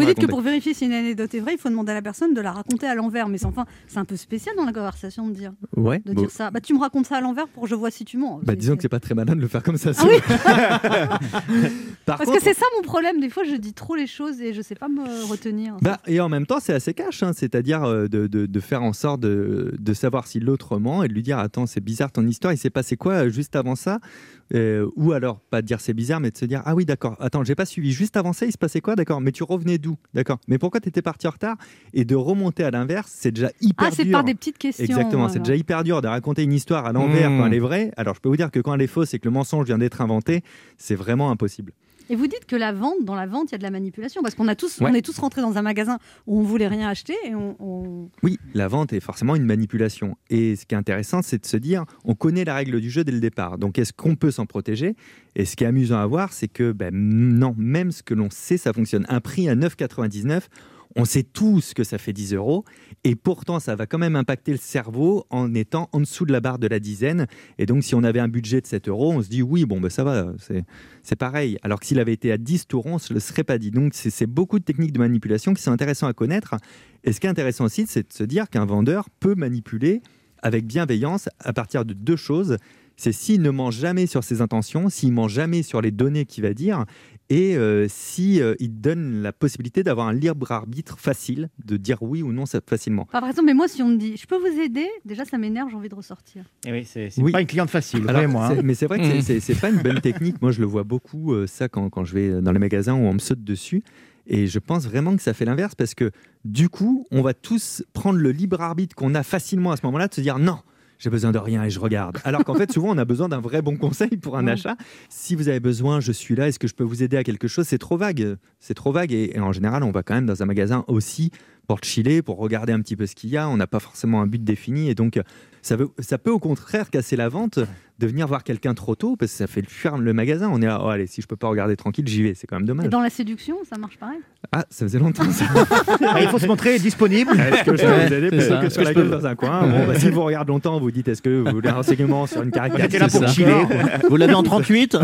vous dites que raconter. pour vérifier si une anecdote est vraie, il faut demander à la personne de la raconter à l'envers. Mais c'est enfin, c'est un peu spécial dans la conversation de dire, Ouais. de bon. dire ça. Bah, tu me racontes ça à l'envers pour que je vois si tu mens. Bah, disons que c'est pas très malin de le faire comme ça. Ah oui. Par Parce contre, que c'est ça mon problème. Des fois, je dis trop les choses et je sais pas me retenir. Bah, et en même temps, c'est assez cash, hein, c'est-à-dire euh, de, de, de faire en sorte de, de savoir si l'autre ment et de lui dire attends, c'est bizarre ton histoire, il s'est passé quoi euh, juste avant ça euh, Ou alors, pas de dire c'est bizarre, mais de se dire ah oui, d'accord, attends, j'ai pas suivi, juste avant ça, il se passait quoi D'accord, mais tu revenais d'où D'accord, mais pourquoi tu étais parti en retard Et de remonter à l'inverse, c'est déjà hyper Ah, c'est dur. par des petites questions. Exactement, c'est alors. déjà hyper dur de raconter une histoire à l'envers Mmh. quand elle est vraie. Alors, je peux vous dire que quand elle est fausse et que le mensonge vient d'être inventé, c'est vraiment impossible. Et vous dites que la vente, dans la vente, il y a de la manipulation parce qu'on a tous, Ouais. on est tous rentrés dans un magasin où on voulait rien acheter et on. on- Oui, la vente est forcément une manipulation. Et ce qui est intéressant, c'est de se dire, on connaît la règle du jeu dès le départ. Donc, est-ce qu'on peut s'en protéger ? Et ce qui est amusant à voir, c'est que ben, non, même ce que l'on sait, ça fonctionne. Un prix à neuf euros quatre-vingt-dix-neuf, on sait tous que ça fait dix euros. Et pourtant, ça va quand même impacter le cerveau en étant en dessous de la barre de la dizaine. Et donc, si on avait un budget de sept euros, on se dit, oui, bon, ben, ça va, c'est, c'est pareil. Alors que s'il avait été à dix euros, on ne se le serait pas dit. Donc, c'est, c'est beaucoup de techniques de manipulation qui sont intéressantes à connaître. Et ce qui est intéressant aussi, c'est de se dire qu'un vendeur peut manipuler avec bienveillance à partir de deux choses. C'est s'il ne ment jamais sur ses intentions, s'il ment jamais sur les données qu'il va dire, et euh, si euh, il donne la possibilité d'avoir un libre arbitre facile, de dire oui ou non ça, facilement. Enfin, par exemple, mais moi, si on me dit, je peux vous aider, déjà, ça m'énerve, j'ai envie de ressortir. Eh oui, c'est c'est Oui. pas une cliente facile, Alors, croyez-moi. c'est- hein. mais c'est vrai que c'est- c'est, c'est pas une bonne technique. Moi, je le vois beaucoup, euh, ça, quand, quand je vais dans les magasins où on me saute dessus. Et je pense vraiment que ça fait l'inverse parce que du coup, on va tous prendre le libre arbitre qu'on a facilement à ce moment-là de se dire non. J'ai besoin de rien et je regarde. Alors qu'en fait, souvent, on a besoin d'un vrai bon conseil pour un Ouais. achat. Si vous avez besoin, je suis là, est-ce que je peux vous aider à quelque chose ? C'est trop vague. C'est trop vague. Et, et en général, on va quand même dans un magasin aussi pour chiller, pour regarder un petit peu ce qu'il y a. On n'a pas forcément un but défini. Et donc, ça, veut, ça peut au contraire casser la vente de venir voir quelqu'un trop tôt parce que ça fait fuir le magasin. On est là, oh, allez, si je peux pas regarder tranquille, j'y vais. C'est quand même dommage. Et dans la séduction, ça marche pareil. Ah, ça faisait longtemps ça. Ah, il faut se montrer disponible. Est-ce que je peux vous aider C'est plutôt ça. que Est-ce sur que la je peux- gueule dans un coin Bon, bah, si vous regardez longtemps, vous dites est-ce que vous voulez un renseignement sur une caractéristique là pour C'est ça. chiller. Vous l'avez en trente-huit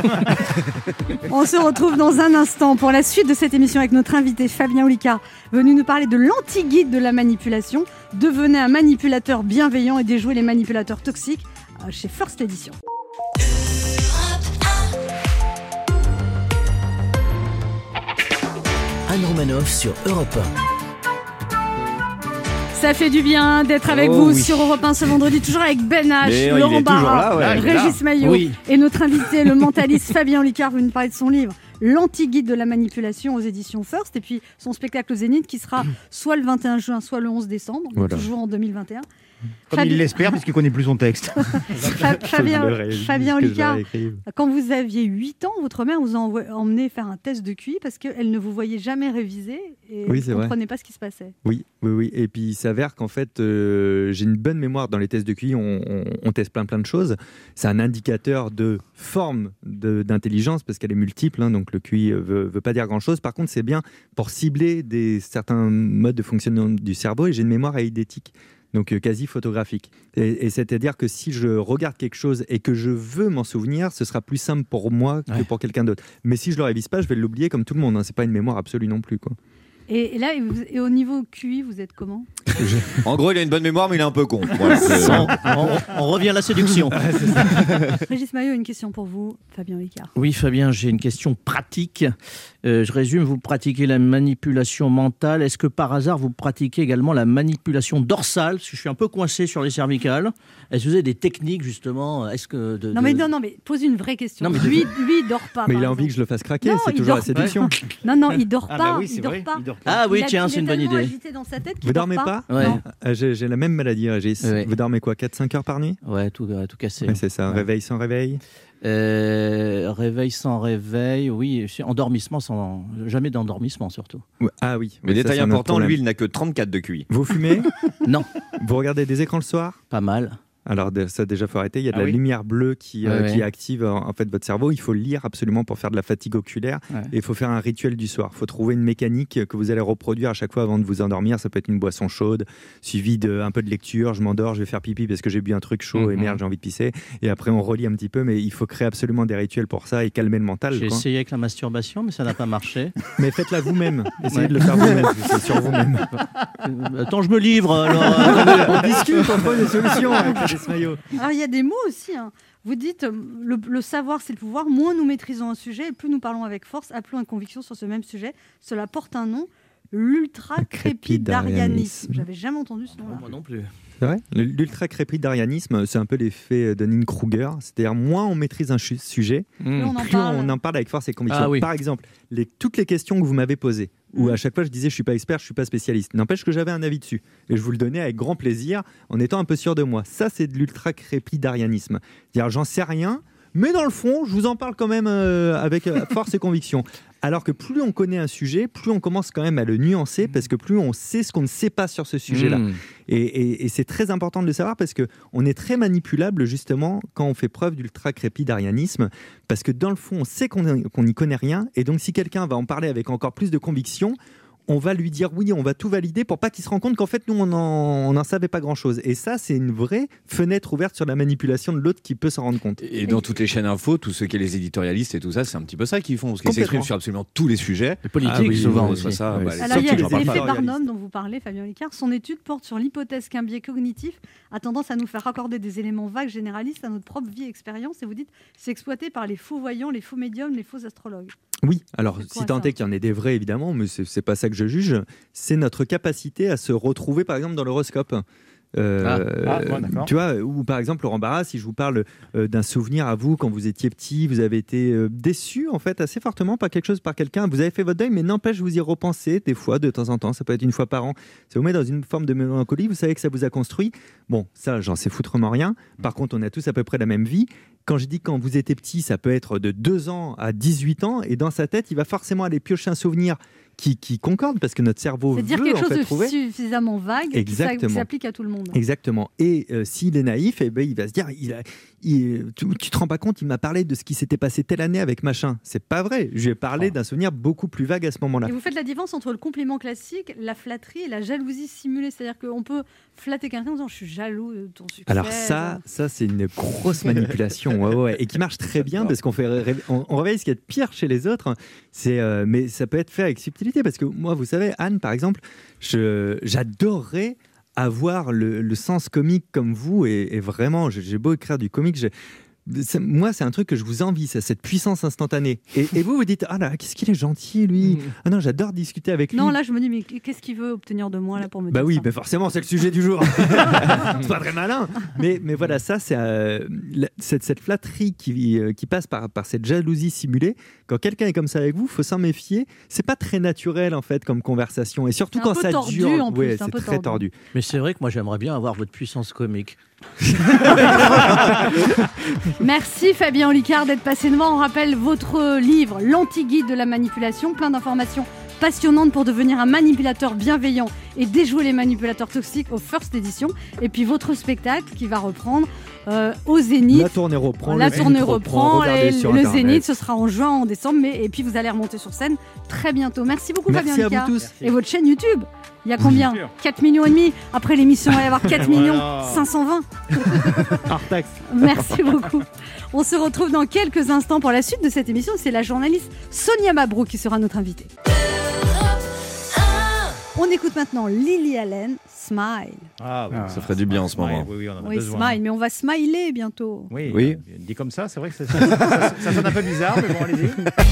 On se retrouve dans un instant pour la suite de cette émission avec notre invité Fabien Olicard, venu nous parler de l'anti-guide de la manipulation. Devenez un manipulateur bienveillant et déjouez les manipulateurs toxiques euh, chez First Edition. Anne Romanoff sur Europe un. Ça fait du bien d'être avec Oh vous oui. sur Europe un ce vendredi, toujours avec Ben H, Mais, euh, il Laurent est toujours Barra, là, ouais. il est là. Régis Maillot Oui. et notre invité, le mentaliste Fabien Olicard, venu nous parler de son livre L'anti-guide de la manipulation aux éditions First, et puis son spectacle au Zénith qui sera soit le vingt et un juin, soit le onze décembre, Voilà. toujours en deux mille vingt et un. Comme il l'espère, puisqu'il connaît plus son texte. Fa- Je Fabien, le réalise Fabien que je le Olicard, réécrive. quand vous aviez huit ans, votre mère vous a envo- emmené faire un test de Q I parce qu'elle ne vous voyait jamais réviser et Oui, vous c'est ne vrai. comprenez pas ce qui se passait. Oui, oui, oui. Et puis il s'avère qu'en fait, euh, j'ai une bonne mémoire dans les tests de Q I. On, on- on teste plein plein de choses. C'est un indicateur de forme de- d'intelligence parce qu'elle est multiple. hein, donc le Q I veut, veut pas dire grand chose. Par contre, c'est bien pour cibler des certains modes de fonctionnement du cerveau. Et j'ai une mémoire eidétique. Donc euh, quasi photographique. Et, et c'est-à-dire que si je regarde quelque chose et que je veux m'en souvenir, ce sera plus simple pour moi que Ouais. pour quelqu'un d'autre. Mais si je le révise pas, je vais l'oublier comme tout le monde. Hein. C'est pas une mémoire absolue non plus, quoi. Et, et là, et, vous- et au niveau Q I, vous êtes comment? En gros, il a une bonne mémoire, mais il est un peu con. Voilà, c'est- on, on- on revient à la séduction. Régis Maillot, une question pour vous, Fabien Olicard. Oui, Fabien, j'ai une question pratique. Euh, je résume, vous pratiquez la manipulation mentale. Est-ce que par hasard, vous pratiquez également la manipulation dorsale? Parce que je suis un peu coincé sur les cervicales. Est-ce que vous avez des techniques, justement? Est-ce que de, Non, de- mais non, non, mais pose une vraie question. Non, mais de- lui, lui, il dort pas. Mais par il a envie exemple. que je le fasse craquer. Non, C'est il toujours dort la séduction. Non, non, il dort Ah pas. bah oui, il c'est dort vrai, pas. il dort pas. Ah oui, Il a- tiens, il c'est est une bonne tellement idée. agité dans sa tête qu'il Vous dort dormez pas, Ouais. Non. Ah, j'ai, j'ai la même maladie, Régis. Ouais. Vous dormez quoi, quatre cinq heures par nuit? Ouais, tout, tout cassé. Ouais, c'est ça. Ouais. Réveil sans réveil. Euh, réveil sans réveil, oui. c'est- Endormissement sans... Jamais d'endormissement, surtout. Ouais. Ah oui. Mais oui, ça, détail c'est un autre important, problème. lui, il n'a que trente-quatre de Q I. Vous fumez? Non, Vous regardez des écrans le soir? pas mal. Alors de- ça déjà faut arrêter. Il y a de Ah la oui. lumière bleue qui, Ouais, euh, ouais. qui active en, en fait votre cerveau. Il faut le lire absolument pour faire de la fatigue oculaire. Ouais. Et il faut faire un rituel du soir. Il faut trouver une mécanique que vous allez reproduire à chaque fois avant de vous endormir. Ça peut être une boisson chaude, suivie d'un peu de lecture. Je m'endors, je vais faire pipi parce que j'ai bu un truc chaud et Mhm. merde, j'ai envie de pisser. Et après on relit un petit peu, mais il faut créer absolument des rituels pour ça et calmer le mental. J'ai quoi. essayé avec la masturbation, mais ça n'a pas marché. Mais faites-la vous-même. Essayez Ouais. de le faire vous-même. parce que C'est sur vous-même. Euh, Attends, je me livre. Alors, euh, On discute, on trouve des solutions avec Alice Maillot. Alors, il y a des mots aussi. hein. Vous dites, euh, le, le savoir, c'est le pouvoir. Moins nous maîtrisons un sujet, et plus nous parlons avec force, appelons avec conviction sur ce même sujet. Cela porte un nom, l'ultra-crépidarianisme. J'avais jamais entendu ce nom-là. moi non plus. C'est vrai. Le- L'ultra-crépidarianisme, c'est un peu l'effet Dunning-Kruger. C'est-à-dire, moins on maîtrise un chu- sujet, Plus on en plus parle. on en parle avec force et conviction. Ah oui. Par exemple, les, toutes les questions que vous m'avez posées, où Mm. à chaque fois je disais je suis pas expert, je suis pas spécialiste, n'empêche que j'avais un avis dessus. Et je vous le donnais avec grand plaisir, en étant un peu sûr de moi. Ça, c'est de l'ultra-crépidarianisme. C'est-à-dire, j'en sais rien, mais dans le fond, je vous en parle quand même euh, avec euh, force et conviction. Alors que plus on connaît un sujet, plus on commence quand même à le nuancer, parce que plus on sait ce qu'on ne sait pas sur ce sujet-là. Mmh. Et, et- et c'est très important de le savoir parce qu'on est très manipulable justement quand on fait preuve d'ultra-crépidarianisme, parce que dans le fond, on sait qu'on qu'on n'y connaît rien, et donc si quelqu'un va en parler avec encore plus de conviction, on va lui dire oui, on va tout valider pour pas qu'il se rende compte qu'en fait, nous, on n'en savait pas grand-chose. Et ça, c'est une vraie fenêtre ouverte sur la manipulation de l'autre qui peut s'en rendre compte. Et dans toutes les chaînes info, tous ceux qui sont les éditorialistes et tout ça, c'est un petit peu ça qu'ils font, parce qu'ils Complètement. s'expriment sur absolument tous les sujets. Les politiques, Ah oui, souvent Bon, aussi. soit ça, Ouais, bah, c'est les- Alors, il y a Surtout j'en parle l'effet pas. Barnum dont vous parlez, Fabien Licard. Son étude porte sur l'hypothèse qu'un biais cognitif a tendance à nous faire accorder des éléments vagues généralistes à notre propre vie et expérience. Et vous dites, c'est exploité par les faux voyants, les faux médiums, les faux astrologues. Oui, alors C'est quoi, si tant ça est qu'il y en ait des vrais, évidemment, mais c'est c'est pas ça que je juge, c'est notre capacité à se retrouver, par exemple, dans l'horoscope. Euh, Ah, ah, ouais, d'accord. tu vois, ou par exemple, Laurent Barra, si je vous parle euh, d'un souvenir à vous quand vous étiez petit, vous avez été euh, déçu en fait assez fortement par quelque chose, par quelqu'un, vous avez fait votre deuil, mais n'empêche vous y repensez des fois, de temps en temps, ça peut être une fois par an, ça vous met dans une forme de mélancolie, vous savez que ça vous a construit. Bon, ça, j'en sais foutrement rien. Par contre, on a tous à peu près la même vie. Quand je dis quand vous étiez petit, ça peut être de deux ans à dix-huit ans, et dans sa tête, il va forcément aller piocher un souvenir qui, qui concorde, parce que notre cerveau C'est veut dire quelque en chose fait de trouver. suffisamment vague qui s'a- qui Exactement. s'applique à tout le monde. Exactement. Et euh, s'il est naïf, eh ben, il va se dire, il a- il- tu, tu te rends pas compte, il m'a parlé de ce qui s'était passé telle année avec machin. C'est pas vrai. Je lui ai parlé d'un souvenir beaucoup plus vague à ce moment-là. Et vous faites la différence entre le compliment classique, la flatterie et la jalousie simulée. C'est-à-dire qu'on peut flatter quelqu'un en disant je suis jaloux de ton succès. Alors ça, ça c'est une grosse manipulation, ouais, ouais, et qui marche très bien parce qu'on fait, ré- on, on réveille ce qu'il y a de pire chez les autres. C'est, euh, mais ça peut être fait avec subtilité parce que moi, vous savez, Anne, par exemple, je, j'adorerais avoir le, le sens comique comme vous, et, et vraiment, j'ai j'ai beau écrire du comique, j'ai- c'est- moi, c'est un truc que je vous envie, ça, cette puissance instantanée. Et, et vous, vous dites, ah là, qu'est-ce qu'il est gentil, lui. Ah non, j'adore discuter avec lui. Non, là, je me dis, mais qu'est-ce qu'il veut obtenir de moi là pour me Bah dire oui, ça mais forcément, c'est le sujet du jour. C'est pas très malin. Mais, mais voilà, ça, c'est euh, la- cette, cette flatterie qui, euh, qui passe par, par cette jalousie simulée. Quand quelqu'un est comme ça avec vous, faut s'en méfier. C'est pas très naturel, en fait, comme conversation. Et surtout C'est un quand peu ça tordu, dure. en plus, Ouais, c'est un c'est peu très tordu. tordu. Mais c'est vrai que moi, j'aimerais bien avoir votre puissance comique. Merci Fabien Olicard d'être passé devant. On rappelle votre livre, L'anti-guide de la manipulation, plein d'informations passionnantes pour devenir un manipulateur bienveillant et déjouer les manipulateurs toxiques au First Edition. Et puis votre spectacle qui va reprendre euh, au Zénith. La tournée reprend. La le tournée Zénith reprend, regardez et sur le Internet. Zénith, ce sera en juin, en décembre, mais, et puis vous allez remonter sur scène très bientôt. Merci beaucoup Merci Fabien à vous Olicard. tous. Et votre chaîne YouTube, il y a combien Bien sûr. quatre millions et demi. Après l'émission, il va y avoir quatre Voilà. millions cinq cent vingt. Hors taxe. Merci beaucoup. On se retrouve dans quelques instants pour la suite de cette émission. C'est la journaliste Sonia Mabrouk qui sera notre invitée. On écoute maintenant Lily Allen, Smile. Ah, oui. Ça ferait du bien en ce moment. Oui, oui, on en a Oui, besoin. Smile, mais on va smiler bientôt. Oui, Oui. euh, dit comme ça, c'est vrai que ça, ça- ça- ça sonne un peu bizarre, mais bon, allez-y.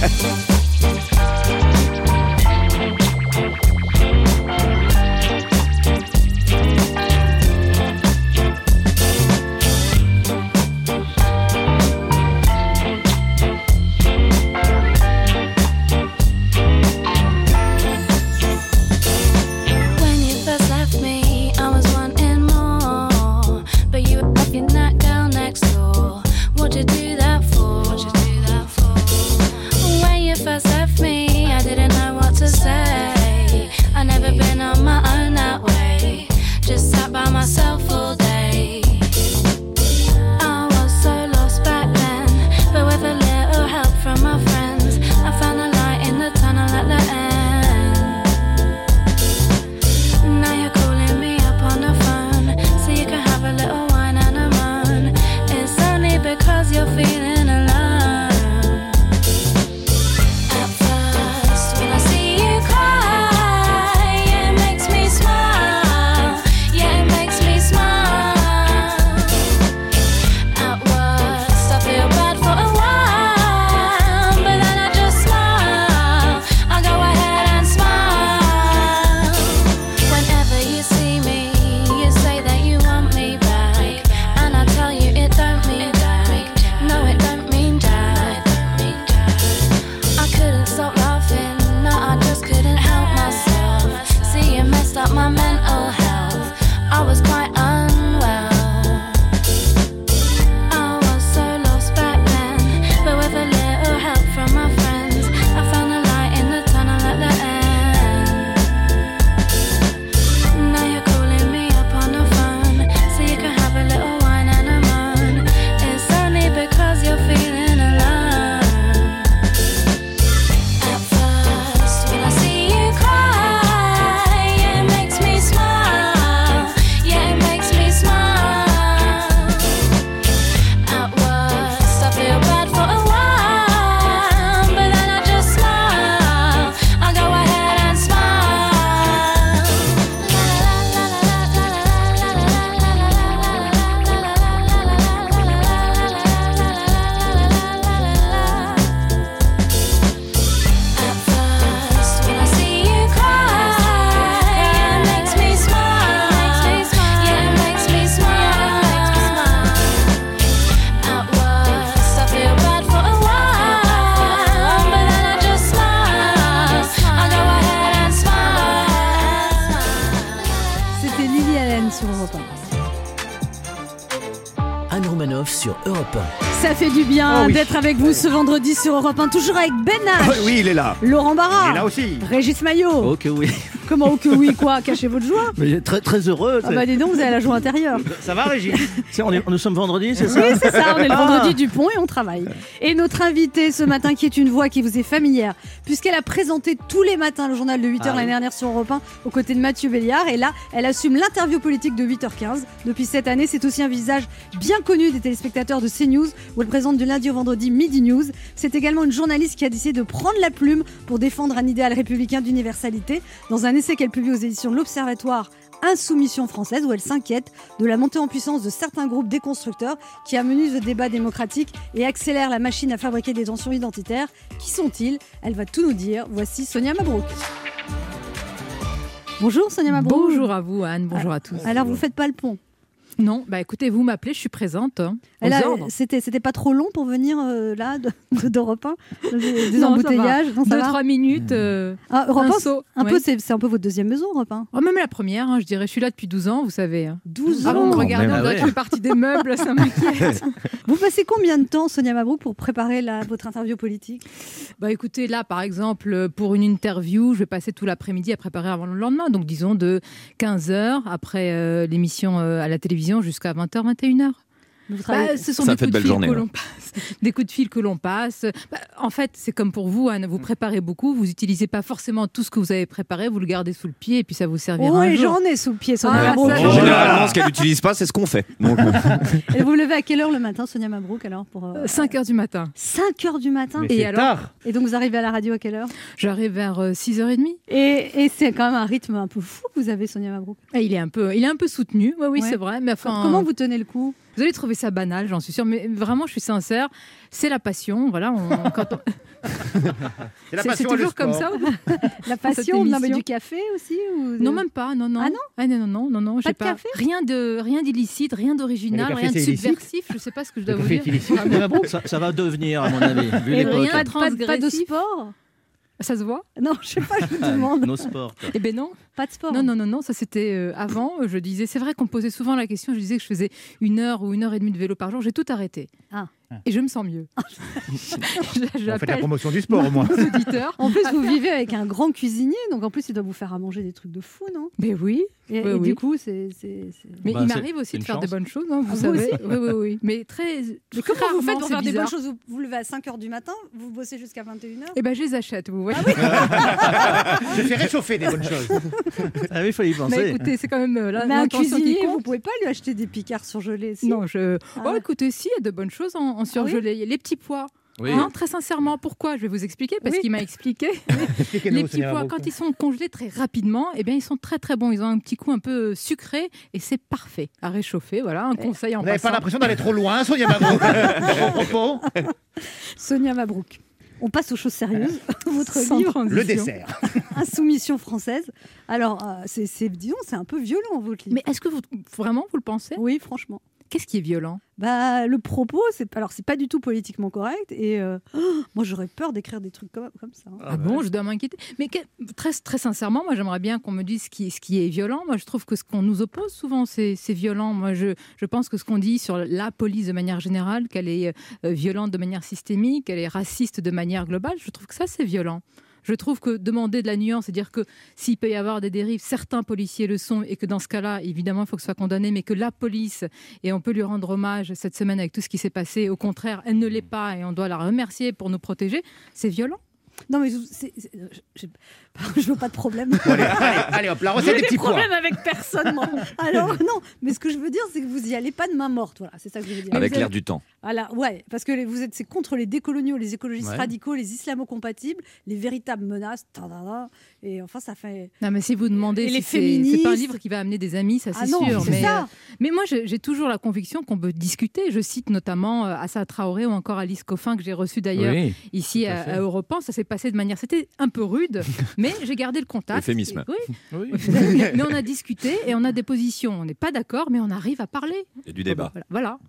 When you first left me, I was wanting more, but you were fucking that girl next door. What'd you do that for? What'd you do that for? When you first left me, Anne Romanoff sur Europe un. Ça fait du bien Oh oui. d'être avec vous ce vendredi sur Europe un, toujours avec Ben H, Ah oui, il est là. Laurent Barra, Et là aussi. Régis Maillot. Oh que oui. Comment oh que oui, quoi? Cachez votre joie. Mais très, très heureux. Ah bah dis donc, vous avez la joie intérieure. Ça va, Régis? C'est- on est- Nous sommes vendredi, c'est ça? Oui, c'est ça, on est le Ah. vendredi du pont et on travaille. Et notre invitée ce matin, qui est une voix qui vous est familière, puisqu'elle a présenté tous les matins le journal de huit heures Ah l'année oui. dernière sur Europe un, aux côtés de Mathieu Béliard. Et là, elle assume l'interview politique de huit heures quinze. Depuis cette année, c'est aussi un visage bien connu des téléspectateurs de CNews, où elle présente du lundi au vendredi Midi News. C'est également une journaliste qui a décidé de prendre la plume pour défendre un idéal républicain d'universalité, dans un essai qu'elle publie aux éditions de l'Observatoire Insoumission française, où elle s'inquiète de la montée en puissance de certains groupes déconstructeurs qui amenuisent le débat démocratique et accélèrent la machine à fabriquer des tensions identitaires. Qui sont-ils? Elle va tout nous dire. Voici Sonia Mabrouk. Bonjour Sonia Mabrouk. Bonjour à vous Anne, bonjour à tous. Alors vous faites pas le pont? Non, bah écoutez, vous m'appelez, je suis présente. hein, aux Et là, ordres. c'était c'était pas trop long pour venir euh, là de- de- d'Europe un, des, des Non, ça embouteillages. va. Non, ça Deux, va. trois minutes. euh, Ah, Europe un un, saut, un ouais. peu, c'est c'est un peu votre deuxième maison, Europe un. Oh, même la première, hein, je dirais. Je suis là depuis douze ans, vous savez. hein. douze Ah bon, ans. me regardez, même. on Ah dirait ouais. que je fais partie des meubles, ça m'inquiète. Vous passez combien de temps, Sonia Mabrouk, pour préparer la- votre interview politique? Bah écoutez, là, par exemple, pour une interview, je vais passer tout l'après-midi à préparer avant le lendemain. Donc, disons de quinze heures après euh, l'émission euh, à la télévision jusqu'à vingt heures, vingt et une heures. Vous travaillez- Bah, ce sont Ça des fait coups de de belles fil journées, que ouais. l'on passe. Des coups de fil que l'on passe. Bah, en fait, c'est comme pour vous, Anne, vous préparez beaucoup, vous n'utilisez pas forcément tout ce que vous avez préparé, vous le gardez sous le pied et puis ça vous servira Oh, un et jour. j'en ai sous le pied, Sonia Ah, Mabrouk. ça, Oh. Généralement, ce qu'elle n'utilise pas, c'est ce qu'on fait. Donc, Et vous levez à quelle heure le matin, Sonia Mabrouk, alors pour euh, cinq heures du matin. cinq heures du matin? Mais Et c'est alors tard. Et donc vous arrivez à la radio à quelle heure? J'arrive vers euh, six heures trente. Et, et c'est quand même un rythme un peu fou que vous avez, Sonia Mabrouk. Et il est un peu, il est un peu soutenu, oui, oui, Ouais. c'est vrai. Mais enfin, Comment vous tenez le coup? vous allez trouver ça banal, j'en suis sûre, mais vraiment, je suis sincère. C'est la passion, voilà. On, quand on- C'est la c'est, c'est passion et le toujours comme sport. ça. ou- La Cette passion, non, mais émission. du café aussi ou... Non, même pas, non, non. Ah non non, non, non, non, non, Pas j'ai de pas. café Rien de, rien d'illicite, rien d'original, Mais le rien café, de c'est illicite subversif. Je sais pas ce que je dois Le vous café dire. est illicite. Mais la bronze, ça, ça va devenir, à mon avis, vu Et l'époque. pas, de- pas de- pas de transgressif. sport? Ça se voit? Non, je sais pas, je vous demande. Nos sports. quoi. Eh ben non. Pas de sport. Non, non, non, non, ça c'était euh, avant. Je disais, c'est vrai qu'on me posait souvent la question. Je disais que je faisais une heure ou une heure et demie de vélo par jour. J'ai tout arrêté. Ah. Et je me sens mieux. On fait la J'appelle promotion du sport, au moins. les auditeurs. En plus, vous vivez avec un grand cuisinier, donc en plus, il doit vous faire à manger des trucs de fou, non? Mais oui. Et, Oui, et oui. du coup, c'est. c'est- c'est- Mais Bah, il c'est- m'arrive c'est aussi une de faire des chance. bonnes choses, hein, vous Ah, vous savez. aussi Oui, oui, oui. Mais très. Mais comment vous faites rarement, pour c'est faire des bonnes bizarre. choses? Vous vous levez à cinq heures du matin, vous bossez jusqu'à vingt et une heures? Eh ben, je les achète, vous voyez. Je fais réchauffer des bonnes choses. Ah oui, il fallait y Mais penser. écoutez, c'est quand même euh, là, Mais un l'intention qui cuisinier, vous compte. pouvez pas lui acheter des picards surgelés, si? Non, je. Ah. Oh, écoutez, si, il y a de bonnes choses en, en surgelé. Il y a les petits pois. Oui. Hein, très sincèrement, pourquoi? Je vais vous expliquer, parce Oui. qu'il m'a expliqué. Expliquez-nous, Les petits Sonia pois, Mabrouk. quand ils sont congelés très rapidement, eh bien, ils sont très très bons. Ils ont un petit goût un peu sucré et c'est parfait à réchauffer. Voilà, un conseil en Vous n'avez pas passant. l'impression d'aller trop loin, Sonia Mabrouk, à vos propos? Sonia Mabrouk. On passe aux choses sérieuses. Votre Sans livre, transition. Le dessert. Insoumission française. Alors, euh, c'est, c'est, disons, c'est un peu violent, votre livre. Mais est-ce que vous vraiment vous le pensez? Oui, franchement. Qu'est-ce qui est violent? Bah, le propos, c'est alors c'est pas du tout politiquement correct. Et euh, oh, moi, j'aurais peur d'écrire des trucs comme, comme ça. Ah, bon, je dois m'inquiéter. Mais que- très, très sincèrement, moi, j'aimerais bien qu'on me dise ce qui, ce qui est violent. Moi, je trouve que ce qu'on nous oppose souvent, c'est, c'est violent. Moi, je, je pense que ce qu'on dit sur la police de manière générale, qu'elle est euh, violente de manière systémique, qu'elle est raciste de manière globale, je trouve que ça, c'est violent. Je trouve que demander de la nuance, c'est-à-dire que s'il peut y avoir des dérives, certains policiers le sont, et que dans ce cas-là, évidemment, il faut que ce soit condamné, mais que la police, et on peut lui rendre hommage cette semaine avec tout ce qui s'est passé, au contraire, elle ne l'est pas, et on doit la remercier pour nous protéger, c'est violent. Non, mais c'est, c'est- je, je veux pas de problème. Bon, allez, allez, allez, hop, la J'ai recette des des petits pois. problèmes avec personne, moi. Alors, non, mais ce que je veux dire, c'est que vous y allez pas de main morte. Voilà, c'est ça que je veux dire. avec Vous l'air allez- du temps. Voilà, ouais, parce que les- vous êtes c'est contre les décoloniaux, les écologistes Ouais. radicaux, les islamo-compatibles, les véritables menaces. tadada, Et enfin, ça fait. Non, mais si vous demandez, Et si les c'est, c'est pas un féministes. livre qui va amener des amis, ça Ah c'est non, sûr. c'est mais, ça. euh, mais moi, j'ai, j'ai toujours la conviction qu'on peut discuter. Je cite notamment euh, Assa Traoré ou encore Alice Coffin, que j'ai reçu d'ailleurs Oui, ici tout à à, fait. à Europe un. Ça s'est passé de manière, c'était un peu rude, mais j'ai gardé le contact. Euphémisme. Et- oui, Oui. mais, mais on a discuté et on a des positions. On n'est pas d'accord, mais on arrive à parler. Il y a du débat. Voilà. voilà.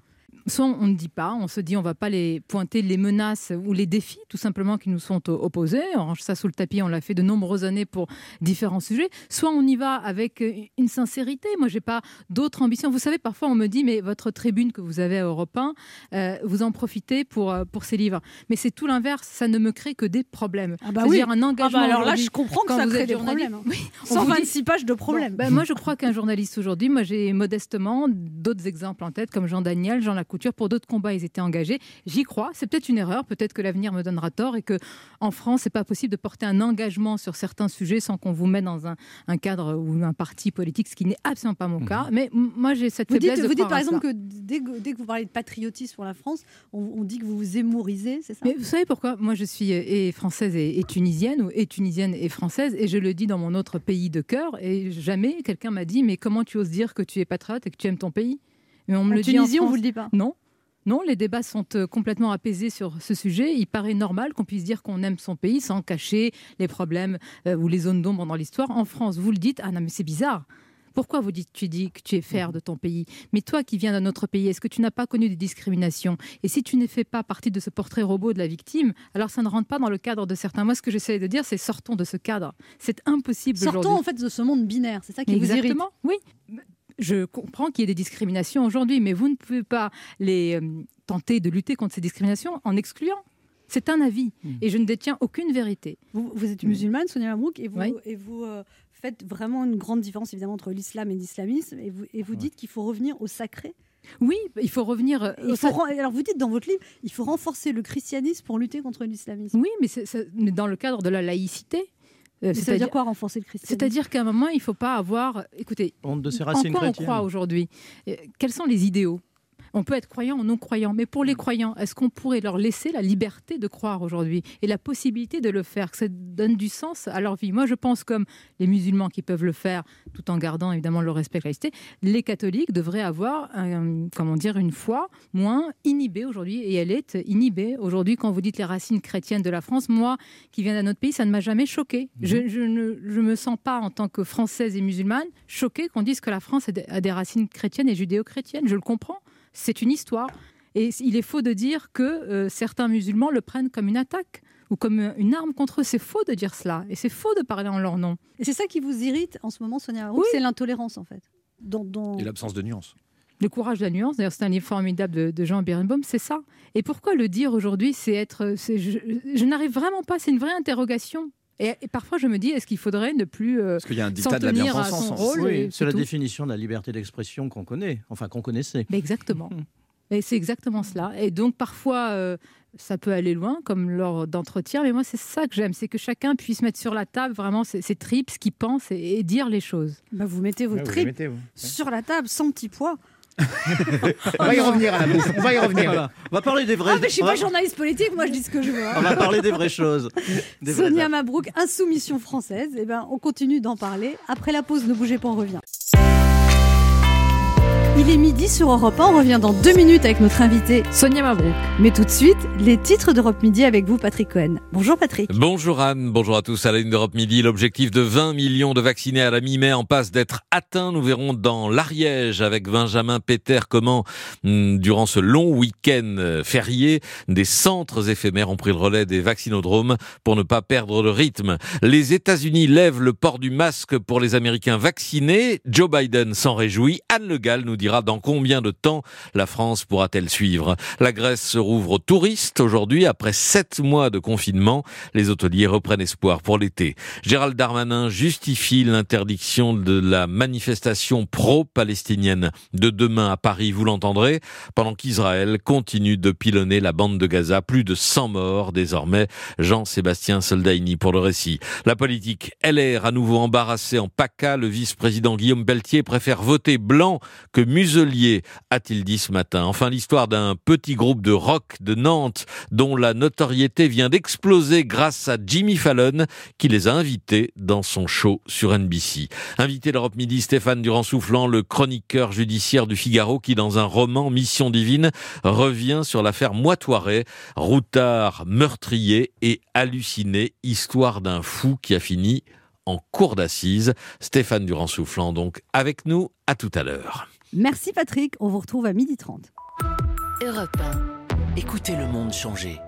soit on ne dit pas, on se dit on ne va pas les pointer les menaces ou les défis tout simplement qui nous sont opposés, on range ça sous le tapis, on l'a fait de nombreuses années pour différents sujets, soit on y va avec une sincérité. Moi, j'ai pas d'autres ambitions. Vous savez, parfois on me dit mais votre tribune que vous avez à Europe un, euh, vous en profitez pour, pour ces livres. Mais c'est tout l'inverse, ça ne me crée que des problèmes. Ah bah C'est-à-dire oui. un engagement. Ah bah alors là, aujourd'hui, je comprends que quand ça vous crée êtes des journaliste- problèmes. Oui, on cent vous dit- vingt-six pages de problèmes. Bon, ben, moi, je crois qu'un journaliste aujourd'hui, moi j'ai modestement d'autres exemples en tête, comme Jean Daniel, Jean Lacouture, pour d'autres combats, ils étaient engagés. J'y crois. C'est peut-être une erreur, peut-être que l'avenir me donnera tort et que en France, c'est pas possible de porter un engagement sur certains sujets sans qu'on vous mette dans un, un cadre ou un parti politique, ce qui n'est absolument pas mon cas. Mais m- moi, j'ai cette Vous faiblesse dites, de vous dites croire par à exemple cela. que dès, que dès que vous parlez de patriotisme pour la France, on, on dit que vous vous émourisez, c'est ça? Mais vous savez pourquoi? Moi, je suis euh, et française et, et tunisienne, ou et tunisienne et française, et je le dis dans mon autre pays de cœur, et jamais quelqu'un m'a dit, mais comment tu oses dire que tu es patriote et que tu aimes ton pays? Mais on me En le dit Tunisie, en on France. vous le dit pas? Non. Non, les débats sont euh, complètement apaisés sur ce sujet. Il paraît normal qu'on puisse dire qu'on aime son pays sans cacher les problèmes euh, ou les zones d'ombre dans l'histoire. En France, vous le dites, ah non, mais c'est bizarre. Pourquoi vous dites, tu dis que tu es fier de ton pays? Mais toi qui viens d'un autre pays, est-ce que tu n'as pas connu des discriminations? Et si tu ne fais pas partie de ce portrait robot de la victime, alors ça ne rentre pas dans le cadre de certains. Moi, ce que j'essaie de dire, c'est sortons de ce cadre. C'est impossible Sortons aujourd'hui. en fait de ce monde binaire, c'est ça qui vous irrite. Exactement, oui. Je comprends qu'il y ait des discriminations aujourd'hui, mais vous ne pouvez pas les euh, tenter de lutter contre ces discriminations en excluant. C'est un avis, et je ne détiens aucune vérité. Vous, vous êtes musulmane, Sonia Mabrouk, et vous, Oui. et vous euh, faites vraiment une grande différence évidemment entre l'islam et l'islamisme, et vous, et vous dites qu'il faut revenir au sacré. Oui, il faut revenir. euh, Il au faut sac- ren- alors vous dites dans votre livre, il faut renforcer le christianisme pour lutter contre l'islamisme. Oui, mais, c'est- c'est- mais dans le cadre de la laïcité. Mais euh, ça veut c'est-à-dire- dire quoi, renforcer le christianisme? C'est-à-dire qu'à un moment, il ne faut pas avoir. Écoutez, Honte de ses en racines quoi on chrétiennes. croit aujourd'hui? Euh, Quels sont les idéaux? On peut être croyant ou non croyant, mais pour les croyants, est-ce qu'on pourrait leur laisser la liberté de croire aujourd'hui et la possibilité de le faire, que ça donne du sens à leur vie? Moi, je pense comme les musulmans qui peuvent le faire, tout en gardant évidemment le respect et la laïcité, les catholiques devraient avoir, un- comment dire, une foi moins inhibée aujourd'hui, et elle est inhibée aujourd'hui. Quand vous dites les racines chrétiennes de la France, moi, qui viens d'un autre pays, ça ne m'a jamais choquée. Je, je ne je me sens pas, en tant que française et musulmane, choquée qu'on dise que la France a des- a des racines chrétiennes et judéo-chrétiennes. Je le comprends. C'est une histoire. Et il est faux de dire que euh, certains musulmans le prennent comme une attaque ou comme une arme contre eux. C'est faux de dire cela. Et c'est faux de parler en leur nom. Et c'est ça qui vous irrite en ce moment, Sonia Mabrouk, c'est l'intolérance en fait. Dont- dont- Et l'absence de nuance. Le courage de la nuance, d'ailleurs c'est un livre formidable de, de Jean Birnbaum, c'est ça. Et pourquoi le dire aujourd'hui, c'est être... c'est- je je n'arrive vraiment pas, c'est une vraie interrogation. Et, et parfois je me dis, est-ce qu'il faudrait ne plus euh, Parce qu'il y a un s'en diktat de la tenir à bien-pensance. son rôle Oui, et c'est la tout. définition de la liberté d'expression qu'on connaît, enfin qu'on connaissait. Mais exactement. Et c'est exactement cela. Et donc parfois, euh, ça peut aller loin, comme lors d'entretiens. Mais moi, c'est ça que j'aime, c'est que chacun puisse mettre sur la table vraiment ses, ses tripes, ce qu'il pense, et, et dire les choses. Bah, vous mettez vos Ouais, vous les tripes mettez, vous. sur la table sans petit pois. On va y revenir à la bouffe. On va y revenir. Voilà. On va parler des vrais. Ah, mais je suis on pas va- journaliste politique, moi je dis ce que je veux. hein. On va parler des vraies choses. Des vraies Sonia dates. Mabrouk, Insoumission française. Eh ben, on continue d'en parler. Après la pause, ne bougez pas, on revient. Il est midi sur Europe un, on revient dans deux minutes avec notre invité Sonia Mabrouk. Mais tout de suite, les titres d'Europe Midi avec vous, Patrick Cohen. Bonjour Patrick. Bonjour Anne, bonjour à tous. À la une d'Europe Midi, l'objectif de vingt millions de vaccinés à la mi-mai en passe d'être atteint. Nous verrons dans l'Ariège avec Benjamin Péter comment, hum, durant ce long week-end euh, férié, des centres éphémères ont pris le relais des vaccinodromes pour ne pas perdre le rythme. Les États-Unis lèvent le port du masque pour les Américains vaccinés. Joe Biden s'en réjouit. Anne Le Gall nous dira dans combien de temps la France pourra-t-elle suivre. La Grèce se rouvre aux touristes aujourd'hui. Après sept mois de confinement, les hôteliers reprennent espoir pour l'été. Gérald Darmanin justifie l'interdiction de la manifestation pro-palestinienne de demain à Paris, vous l'entendrez, pendant qu'Israël continue de pilonner la bande de Gaza. Plus de cent morts désormais. Jean-Sébastien Soldaini pour le récit. La politique L R à nouveau embarrassée en PACA. Le vice-président Guillaume Pelletier préfère voter blanc que muselier, a-t-il dit ce matin. Enfin, l'histoire d'un petit groupe de rock de Nantes dont la notoriété vient d'exploser grâce à Jimmy Fallon qui les a invités dans son show sur N B C. Invité d'Europe Midi, Stéphane Durand-Soufflant, le chroniqueur judiciaire du Figaro qui, dans un roman Mission Divine, revient sur l'affaire Moitoiret, routard meurtrier et halluciné, histoire d'un fou qui a fini en cour d'assises. Stéphane Durand-Soufflant donc avec nous, à tout à l'heure. Merci Patrick, on vous retrouve à midi trente. Europe un. Écoutez le monde changer.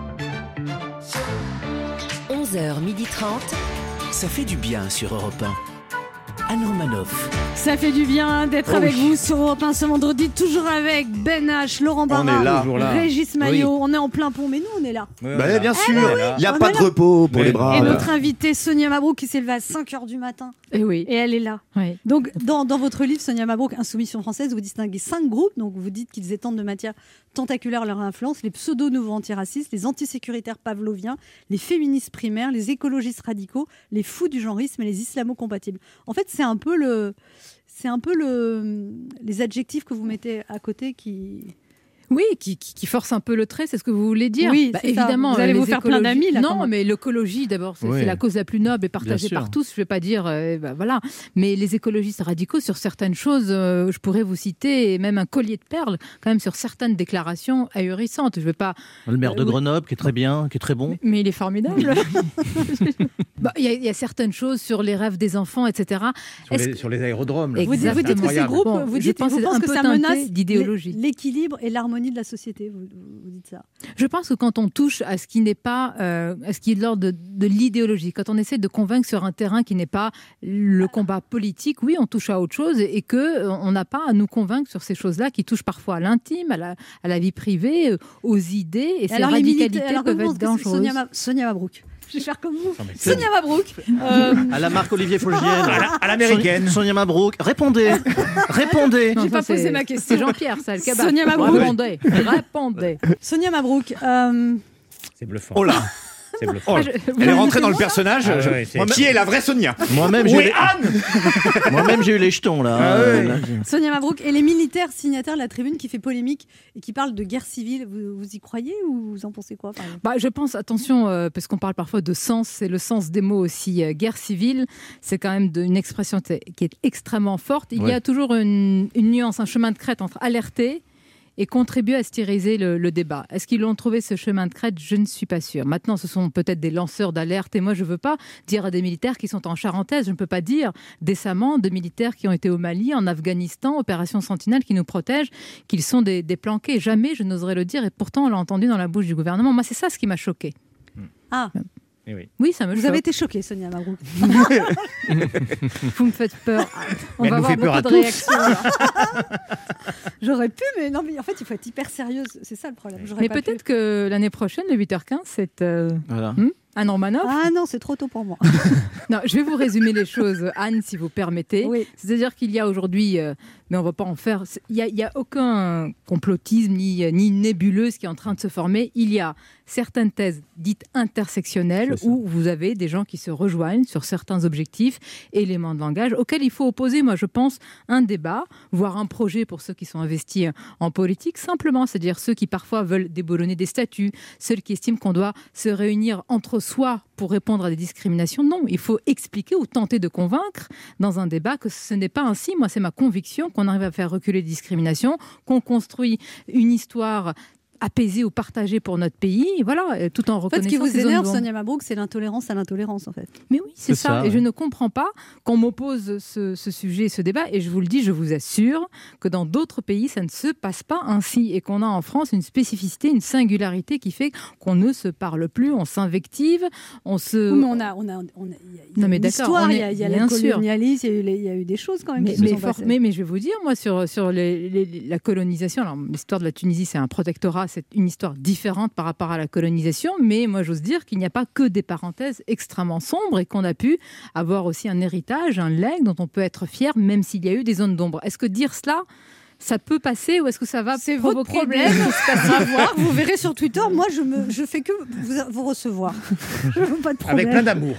onze heures trente, ça fait du bien sur Europe un. Anne Romanoff. Ça fait du bien d'être Oh avec oui. vous sur Europe un ce vendredi, toujours avec Ben H, Laurent On est là. Barra, Toujours là. Régis Maillot. Oui. On est en plein pont, mais nous on est là. Bah, bien sûr, oui. il n'y a On pas est de là. repos pour les bras. Et là. notre invitée Sonia Mabrouk qui s'est levée à cinq heures du matin. Et oui. Et elle est là. Oui. Donc, dans, dans votre livre, Sonia Mabrouk, Insoumission française, vous distinguez cinq groupes. Donc, vous dites qu'ils étendent de matière tentaculaire leur influence, les pseudo-nouveaux antiracistes, les antisécuritaires pavloviens, les féministes primaires, les écologistes radicaux, les fous du genrisme et les islamo-compatibles. En fait, c'est un peu le... C'est un peu le, les adjectifs que vous mettez à côté qui... Oui, qui, qui, qui force un peu le trait, c'est ce que vous voulez dire. Oui, Bah, c'est ça. évidemment. Vous allez les vous faire plein écologistes- d'amis, là, quand Non, même. mais l'écologie, d'abord, c'est Oui. c'est la cause la plus noble et partagée Bien par sûr. tous. Je ne vais pas dire, euh, bah, voilà. Mais les écologistes radicaux, sur certaines choses, euh, je pourrais vous citer, et même un collier de perles, quand même sur certaines déclarations ahurissantes. Je vais pas. Le maire de Euh, oui. Grenoble, qui est très bien, qui est très bon. Mais il est formidable. Bah, Il y, a- il y a certaines choses sur les rêves des enfants, et cetera. Sur Est-ce les, que- sur les aérodromes. là. Vous dites, vous dites que ces Incroyable. groupes, Bon, vous je dites, pense vous que c'est pensez un que peu ça teinté menace d'idéologie. l'é- l'équilibre et l'harmonie de la société. Vous, vous dites ça. Je pense que quand on touche à ce qui n'est pas, euh, à ce qui est de l'ordre de, de l'idéologie, quand on essaie de convaincre sur un terrain qui n'est pas le combat politique, oui, on touche à autre chose et que euh, on n'a pas à nous convaincre sur ces choses-là qui touchent parfois à l'intime, à la, à la vie privée, euh, aux idées et, Et ces alors, les radicalités militaires, alors, peuvent comment être vous pensez que c'est dangereuses. Sonia, Ma- Sonia Mabrouk. Je vais faire comme vous. Non, mais c'est- Sonia Mabrouk. euh, À la marque Olivier Fogiel. À la- à l'américaine. Sonia, Sonia Mabrouk. Répondez. Répondez. Non, J'ai ça, pas posé c'est- ma question. C'est Jean-Pierre, ça, le cabas. Sonia Mabrouk. Répondez, répondez. Sonia Mabrouk. euh, C'est bluffant. Oh là C'est bluffant. Oh là. Elle est rentrée dans le personnage. Ah ouais, Je- ouais, c'est- Qui est la vraie Sonia Moi-même, Où j'ai eu est les... Anne Moi-même, j'ai eu les jetons, là. Ah ouais. Euh, là, j'ai- Sonia Mabrouk et les militaires signataires de la tribune qui fait polémique et qui parle de guerre civile. Vous, vous y croyez ou vous en pensez quoi par exemple Bah, je pense, attention, euh, parce qu'on parle parfois de sens, c'est le sens des mots aussi. Euh, guerre civile, c'est quand même de- une expression t- qui est extrêmement forte. Il y Ouais. a toujours une, une nuance, un chemin de crête entre alerter et contribuer à stériser le, le débat. Est-ce qu'ils l'ont trouvé ce chemin de crête? Je ne suis pas sûre. Maintenant, ce sont peut-être des lanceurs d'alerte et moi, je ne veux pas dire à des militaires qui sont en Charentaise, je ne peux pas dire décemment de militaires qui ont été au Mali, en Afghanistan, opération Sentinelle qui nous protège, qu'ils sont des, des planqués. Jamais je n'oserais le dire et pourtant on l'a entendu dans la bouche du gouvernement. Moi, c'est ça ce qui m'a choqué. Ah, Eh oui. Oui, ça me vous choque. avez été choquée, Sonia Mabrouk. Vous me faites peur. On Elle va nous avoir fait peur beaucoup à de tous. réactions. là. J'aurais pu, mais non, mais en fait, il faut être hyper sérieuse. C'est ça le problème. J'aurais Mais pas pu. peut-être que l'année prochaine, le huit heures quinze, c'est euh, Voilà. hmm, Anne Romanoff. Ah non, c'est trop tôt pour moi. Non, je vais vous résumer les choses, Anne, si vous permettez. Oui. C'est-à-dire qu'il y a aujourd'hui, euh, mais on ne va pas en faire, c'est- il n'y a, il y a aucun complotisme ni, ni nébuleuse qui est en train de se former. Il y a certaines thèses dites intersectionnelles où vous avez des gens qui se rejoignent sur certains objectifs, éléments de langage, auxquels il faut opposer, moi je pense, un débat, voire un projet pour ceux qui sont investis en politique, simplement, c'est-à-dire ceux qui parfois veulent déboulonner des statuts, ceux qui estiment qu'on doit se réunir entre soi pour répondre à des discriminations. Non, il faut expliquer ou tenter de convaincre dans un débat que ce n'est pas ainsi. Moi, c'est ma conviction qu'on arrive à faire reculer les discriminations, qu'on construit une histoire apaisée ou partagée pour notre pays, et voilà, euh, tout en En fait, reconnaissant ce qui vous ces zones énerve, d'ombre. Sonia Mabrouk, c'est l'intolérance à l'intolérance, en fait. Mais oui, c'est C'est ça. ça, Et ouais. je ne comprends pas qu'on m'oppose ce, ce sujet, ce débat. Et je vous le dis, je vous assure que dans d'autres pays, ça ne se passe pas ainsi. Et qu'on a en France une spécificité, une singularité qui fait qu'on ne se parle plus, on s'invective, on se... Oui, mais on a, on a, on a, il y a, il y a Non, mais une d'accord, histoire, on il est- y a, il y a bien le sûr. colonialisme, il y a eu, les- il y a eu des choses quand même Mais, qui se mais, sont for- passées. mais, mais je vais vous dire, moi, sur, sur les- les- la colonisation, alors l'histoire de la Tunisie, c'est un protectorat, c'est une histoire différente par rapport à la colonisation, mais moi, j'ose dire qu'il n'y a pas que des parenthèses extrêmement sombres et qu'on a pu avoir aussi un héritage, un legs dont on peut être fier, même s'il y a eu des zones d'ombre. Est-ce que dire cela, ça peut passer ou est-ce que ça va C'est votre provoquer problème, des- c'est à voir. Vous verrez sur Twitter, moi je me, je fais que vous, vous recevoir. Je veux pas de problème. Avec plein d'amour.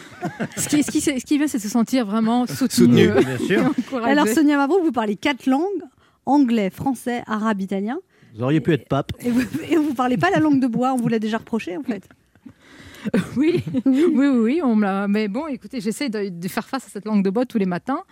Ce qui, ce qui, ce qui vient, c'est de se sentir vraiment soutenu. Soutenu, euh, bien sûr. et encouragé. Alors Sonia Mabrouk, vous parlez quatre langues anglais, français, arabe, italien, Vous auriez pu être pape. et vous, et vous parlez pas la langue de bois. On vous l'a déjà reproché en fait. Oui, oui, oui, oui, on me l'a- mais bon, écoutez, j'essaie de, de faire face à cette langue de bois tous les matins.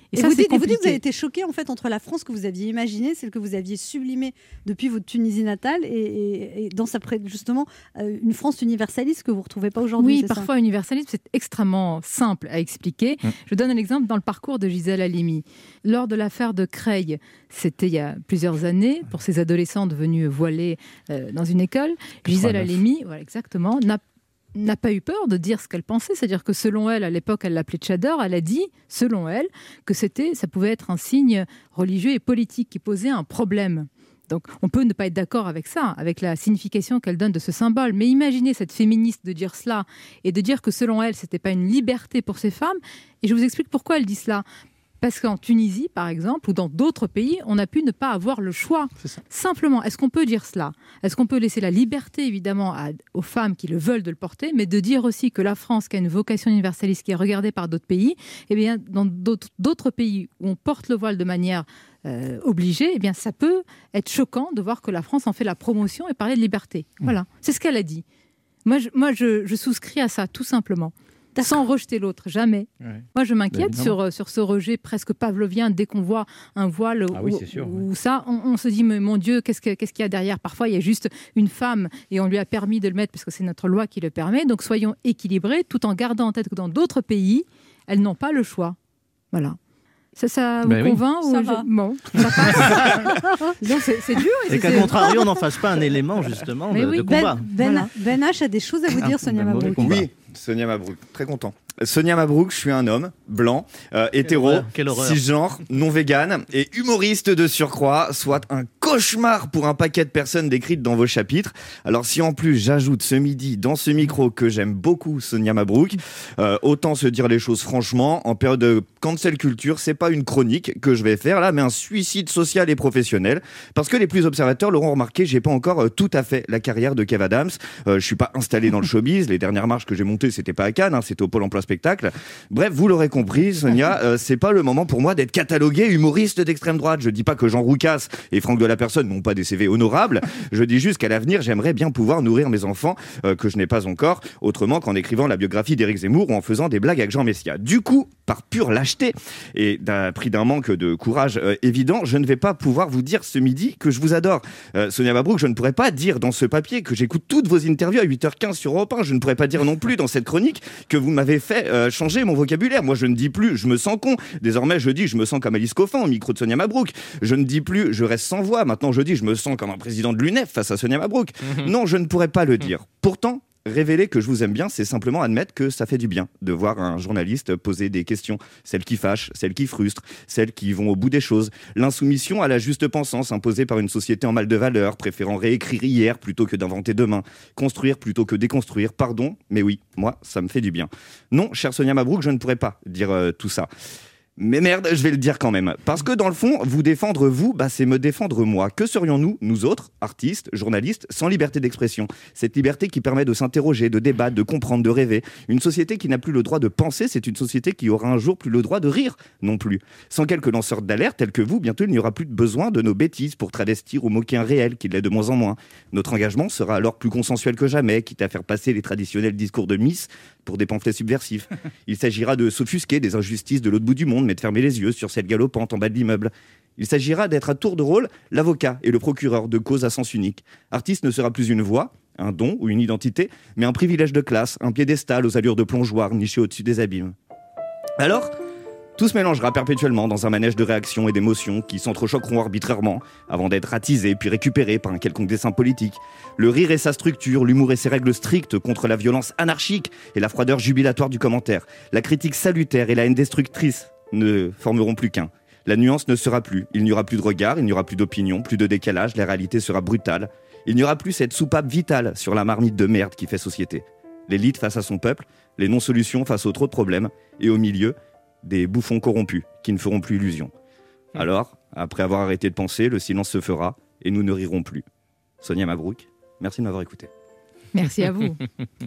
Et, ça, vous, c'est dites, et vous dites que vous compliqué. avez été choqué en fait entre la France que vous aviez imaginée, celle que vous aviez sublimée depuis votre Tunisie natale, et, et, et dans sa pré- justement euh, une France universaliste que vous ne retrouvez pas aujourd'hui. Oui, c'est ça parfois universalisme, c'est extrêmement simple à expliquer. Mm. Je vous donne un exemple dans le parcours de Gisèle Halimi. Lors de l'affaire de Creil, c'était il y a plusieurs années, pour ces adolescents devenus voilés euh, dans une école, Gisèle Halimi, voilà, exactement, n'a n'a pas eu peur de dire ce qu'elle pensait, c'est-à-dire que selon elle, à l'époque, elle l'appelait Tchador, elle a dit, selon elle, que c'était, ça pouvait être un signe religieux et politique qui posait un problème. Donc, on peut ne pas être d'accord avec ça, avec la signification qu'elle donne de ce symbole. Mais imaginez cette féministe de dire cela et de dire que selon elle, c'était pas une liberté pour ces femmes. Et je vous explique pourquoi elle dit cela. Parce qu'en Tunisie, par exemple, ou dans d'autres pays, on a pu ne pas avoir le choix. Simplement, est-ce qu'on peut dire cela ? Est-ce qu'on peut laisser la liberté, évidemment, à, aux femmes qui le veulent de le porter, mais de dire aussi que la France, qui a une vocation universaliste, qui est regardée par d'autres pays, eh bien, dans d'autres, d'autres pays où on porte le voile de manière euh, obligée, eh bien, ça peut être choquant de voir que la France en fait la promotion et parler de liberté. Voilà, c'est ce qu'elle a dit. Moi, je, moi, je, je souscris à ça, tout simplement. Sans rejeter l'autre, jamais. Ouais. Moi, je m'inquiète Ben, sur, sur ce rejet presque pavlovien dès qu'on voit un voile Ah oui, ou, c'est sûr, ou ça, on, on se dit, mais mon Dieu, qu'est-ce, que, qu'est-ce qu'il y a derrière ? Parfois, il y a juste une femme et on lui a permis de le mettre parce que c'est notre loi qui le permet. Donc, soyons équilibrés tout en gardant en tête que dans d'autres pays, elles n'ont pas le choix. Voilà. Ça, ça vous Ben oui. convainc Ça ou va. je... Bon, ça passe. Donc, c'est, c'est dur. Et c'est, qu'à c'est... contrario, on n'en fasse pas un élément justement Mais de, oui. de combat. Ben, ben, Ben H a des choses à vous dire, Ah, Sonia ben, mauvais Mabrouk. combat. Oui, Sonia Mabrouk, très content. Sonia Mabrouk, je suis un homme blanc, euh, hétéro, horreur, quelle horreur. cisgenre, non vegan et humoriste de surcroît, soit un cauchemar pour un paquet de personnes décrites dans vos chapitres. Alors si en plus j'ajoute ce midi dans ce micro que j'aime beaucoup Sonia Mabrouk, euh, autant se dire les choses franchement, en période de cancel culture, c'est pas une chronique que je vais faire là, mais un suicide social et professionnel. Parce que les plus observateurs l'auront remarqué, j'ai pas encore euh, tout à fait la carrière de Kev Adams. Euh, je suis pas installé dans le showbiz. Les dernières marches que j'ai montées, c'était pas à Cannes, hein, c'était au Pôle Emploi Spectacle. Bref, vous l'aurez compris, Sonia, euh, c'est pas le moment pour moi d'être catalogué humoriste d'extrême droite. Je dis pas que Jean Roucas et Franck Delapersonne n'ont pas des C V honorables. Je dis juste qu'à l'avenir, j'aimerais bien pouvoir nourrir mes enfants, euh, que je n'ai pas encore, autrement qu'en écrivant la biographie d'Éric Zemmour ou en faisant des blagues avec Jean Messia. Du coup, par pure lâcheté et d'un prix d'un manque de courage euh, évident, je ne vais pas pouvoir vous dire ce midi que je vous adore. Euh, Sonia Mabrouk, je ne pourrais pas dire dans ce papier que j'écoute toutes vos interviews à huit heures quinze sur Europe un. Je ne pourrais pas dire non plus dans cette chronique que vous m'avez fait euh, changer mon vocabulaire. Moi, je ne dis plus je me sens con. Désormais, je dis je me sens comme Alice Coffin au micro de Sonia Mabrouk. Je ne dis plus je reste sans voix. Maintenant, je dis je me sens comme un président de l'U N E F face à Sonia Mabrouk. Mmh. Non, je ne pourrais pas le dire. Pourtant, révéler que je vous aime bien, c'est simplement admettre que ça fait du bien de voir un journaliste poser des questions, celles qui fâchent, celles qui frustrent, celles qui vont au bout des choses. L'insoumission à la juste pensance imposée par une société en mal de valeurs, préférant réécrire hier plutôt que d'inventer demain, construire plutôt que déconstruire. Pardon, mais oui, moi, ça me fait du bien. Non, chère Sonia Mabrouk, je ne pourrais pas dire euh, tout ça. Mais merde, je vais le dire quand même. Parce que dans le fond, vous défendre vous, bah, c'est me défendre moi. Que serions-nous, nous autres, artistes, journalistes, sans liberté d'expression ? Cette liberté qui permet de s'interroger, de débattre, de comprendre, de rêver. Une société qui n'a plus le droit de penser, c'est une société qui aura un jour plus le droit de rire non plus. Sans quelques lanceurs d'alerte tels que vous, bientôt il n'y aura plus de besoin de nos bêtises pour travestir ou moquer un réel qui l'est de moins en moins. Notre engagement sera alors plus consensuel que jamais, quitte à faire passer les traditionnels discours de Miss pour des pamphlets subversifs. Il s'agira de s'offusquer des injustices de l'autre bout du monde, mais de fermer les yeux sur celle galopante en bas de l'immeuble. Il s'agira d'être à tour de rôle l'avocat et le procureur de cause à sens unique. Artiste ne sera plus une voix, un don ou une identité, mais un privilège de classe, un piédestal aux allures de plongeoir niché au-dessus des abîmes. Alors, tout se mélangera perpétuellement dans un manège de réactions et d'émotions qui s'entrechoqueront arbitrairement avant d'être attisés puis récupérés par un quelconque dessein politique. Le rire et sa structure, l'humour et ses règles strictes contre la violence anarchique et la froideur jubilatoire du commentaire, la critique salutaire et la haine destructrice ne formeront plus qu'un. La nuance ne sera plus. Il n'y aura plus de regard, il n'y aura plus d'opinion, plus de décalage, la réalité sera brutale. Il n'y aura plus cette soupape vitale sur la marmite de merde qui fait société. L'élite face à son peuple, les non-solutions face aux trop de problèmes, et au milieu, des bouffons corrompus qui ne feront plus illusion. Alors, après avoir arrêté de penser, le silence se fera et nous ne rirons plus. Sonia Mabrouk, merci de m'avoir écouté. Merci à vous.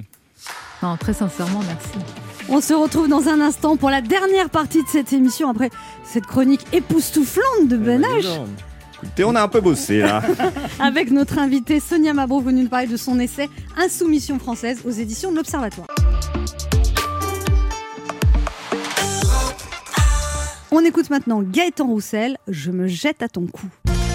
Non, très sincèrement, merci. On se retrouve dans un instant pour la dernière partie de cette émission après cette chronique époustouflante de Ben H. Écoutez, on a un peu bossé là. Avec notre invitée Sonia Mabrouk venue nous parler de son essai Insoumission française aux éditions de l'Observatoire. On écoute maintenant Gaëtan Roussel, Je me jette à ton cou.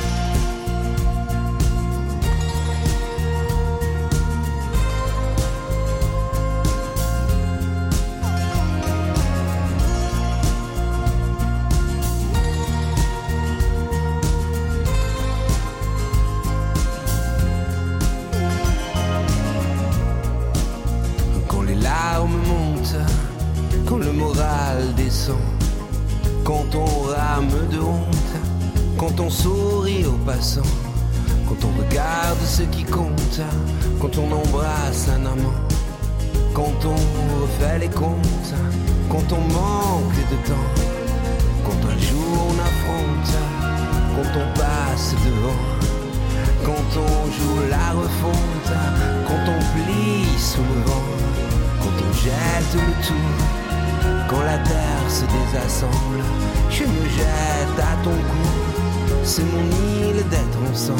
Quand les larmes montent, quand le moral descend, quand on rame de honte, quand on sourit aux passants, quand on regarde ce qui compte, quand on embrasse un amant, quand on refait les comptes, quand on manque de temps, quand un jour on affronte, quand on passe devant, quand on joue la refonte, quand on plie sous le vent, quand on jette le tout, quand la terre se désassemble, je me jette à ton cou, c'est mon île d'être ensemble.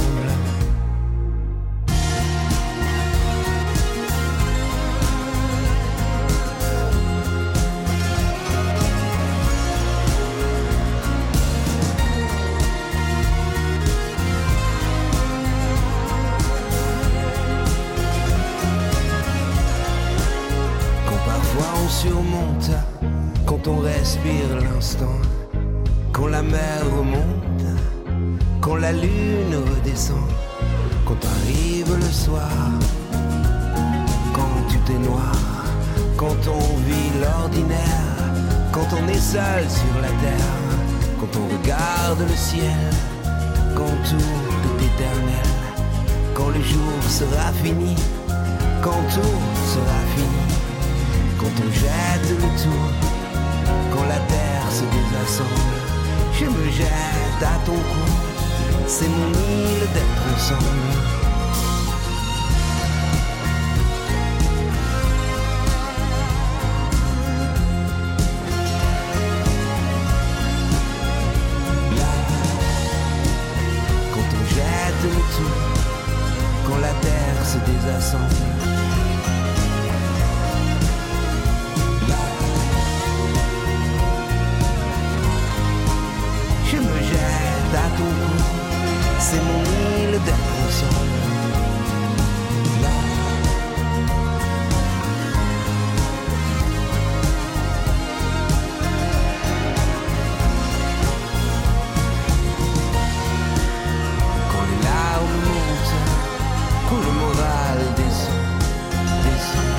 Surmonte, quand on respire l'instant, quand la mer remonte, quand la lune redescend, quand arrive le soir, quand tout est noir, quand on vit l'ordinaire, quand on est seul sur la terre, quand on regarde le ciel, quand tout est éternel, quand le jour sera fini, quand tout sera fini. Quand on jette le tout, quand la terre se désassemble, je me jette à ton cou, c'est mon île d'être ensemble. Là, quand on jette le tout, quand la terre se désassemble, je me jette à ton cou, c'est mon île d'être ensemble. Là. Quand les larmes montent, quand le moral descend, descend,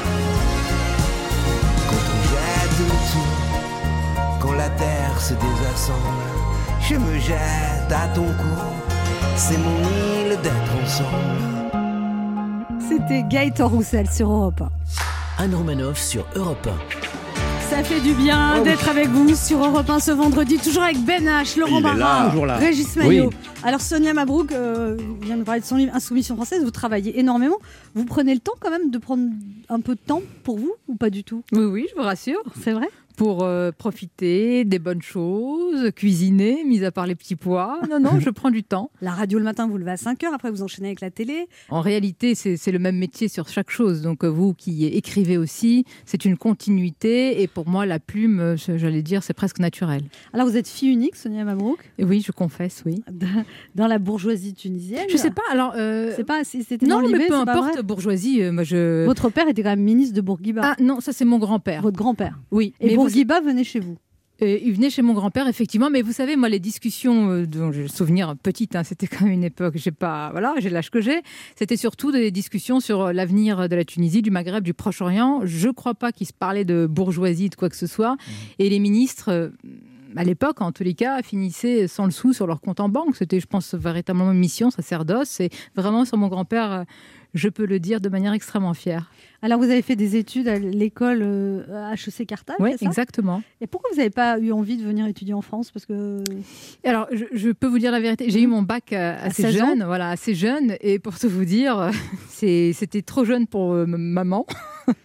quand on jette le tout, quand la terre se désassemble, je me jette à ton cou, c'est mon île d'être ensemble. C'était Gaëtan Roussel sur Europe un. Anne Romanoff sur Europe un. Ça fait du bien Oh, d'être avec vous sur Europe un ce vendredi, toujours avec Ben H, Laurent Il est là. Barra, Toujours là. Régis Maillot. Oui. Alors Sonia Mabrouk euh, vient nous parler de son livre Insoumission française, vous travaillez énormément. Vous prenez le temps quand même de prendre un peu de temps pour vous ou pas du tout? Oui, oui, je vous rassure. C'est vrai? Pour euh, profiter des bonnes choses, cuisiner, mis à part les petits pois. Non, non, je prends du temps. La radio le matin, vous levez à cinq heures, après vous enchaînez avec la télé. En réalité, c'est c'est le même métier sur chaque chose. Donc euh, vous qui écrivez aussi, c'est une continuité. Et pour moi, la plume, euh, j'allais dire, c'est presque naturel. Alors vous êtes fille unique, Sonia Mabrouk? Et oui, je confesse, oui. Dans la bourgeoisie tunisienne? Je sais pas, alors... Euh... C'est pas si c'était non, dans l'I B, mais peu c'est pas importe, vrai bourgeoisie, euh, moi je... Votre père était quand même ministre de Bourguiba. Ah non, ça c'est mon grand-père. Votre grand-père? Oui. Et mais Bourguiba vous... venait chez vous? Euh, il venait chez mon grand-père, effectivement, mais vous savez, moi, les discussions euh, dont j'ai le souvenir petite, hein, c'était quand même une époque, j'ai pas, voilà, j'ai l'âge que j'ai, c'était surtout des discussions sur l'avenir de la Tunisie, du Maghreb, du Proche-Orient. Je crois pas qu'il se parlait de bourgeoisie, de quoi que ce soit. Mmh. Et les ministres, euh, à l'époque, en tous les cas, finissaient sans le sou sur leur compte en banque. C'était, je pense, véritablement une mission sacerdoce. Et vraiment, sur mon grand-père, euh, je peux le dire de manière extrêmement fière. Alors, vous avez fait des études à l'école euh, H E C Carthage, oui, c'est ça? Exactement. Et pourquoi vous n'avez pas eu envie de venir étudier en France? Parce que... Alors, je, je peux vous dire la vérité. J'ai mmh. eu mon bac euh, assez jeune, voilà, assez jeune. Et pour tout vous dire, c'est, c'était trop jeune pour euh, maman.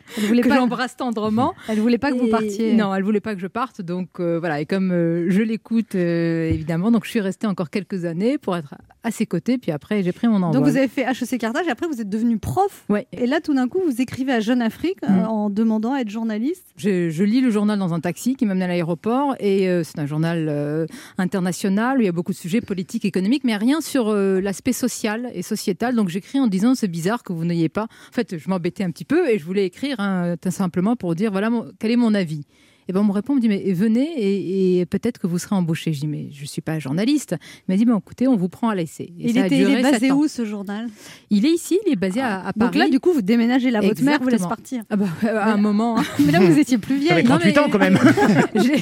Elle voulait que pas- j'embrasse tendrement. Elle voulait pas que vous Et- partiez. Non, elle voulait pas que je parte. Donc euh, voilà, et comme euh, je l'écoute euh, évidemment, donc je suis restée encore quelques années pour être à ses côtés. Puis après, j'ai pris mon envol. Donc vous avez fait H E C Carthage et après vous êtes devenu prof. Ouais. Et là tout d'un coup vous écrivez à Jeune Afrique euh, Mm. en demandant à être journaliste. Je, je lis le journal dans un taxi qui m'amène à l'aéroport et euh, c'est un journal euh, international où il y a beaucoup de sujets politiques, économiques, mais rien sur euh, l'aspect social et sociétal. Donc j'écris en disant c'est bizarre que vous n'ayez pas. En fait, je m'embêtais un petit peu et je voulais écrire hein, tout simplement pour dire voilà mon- quel est mon avis. Et ben on me répond, on me dit mais venez et, et peut-être que vous serez embauché. Je dis mais je suis pas journaliste. Il m'a dit ben écoutez on vous prend à l'essai. Et Il, ça a était, il duré est basé sept ans. où ce journal? Il est ici, il est basé à, à Paris. Donc là du coup vous déménagez là, votre mère vous laisse Exactement. partir. Ah bah, à un moment. hein. Mais là vous étiez plus vieille. Avec trente-huit Non, ans quand même. J'ai-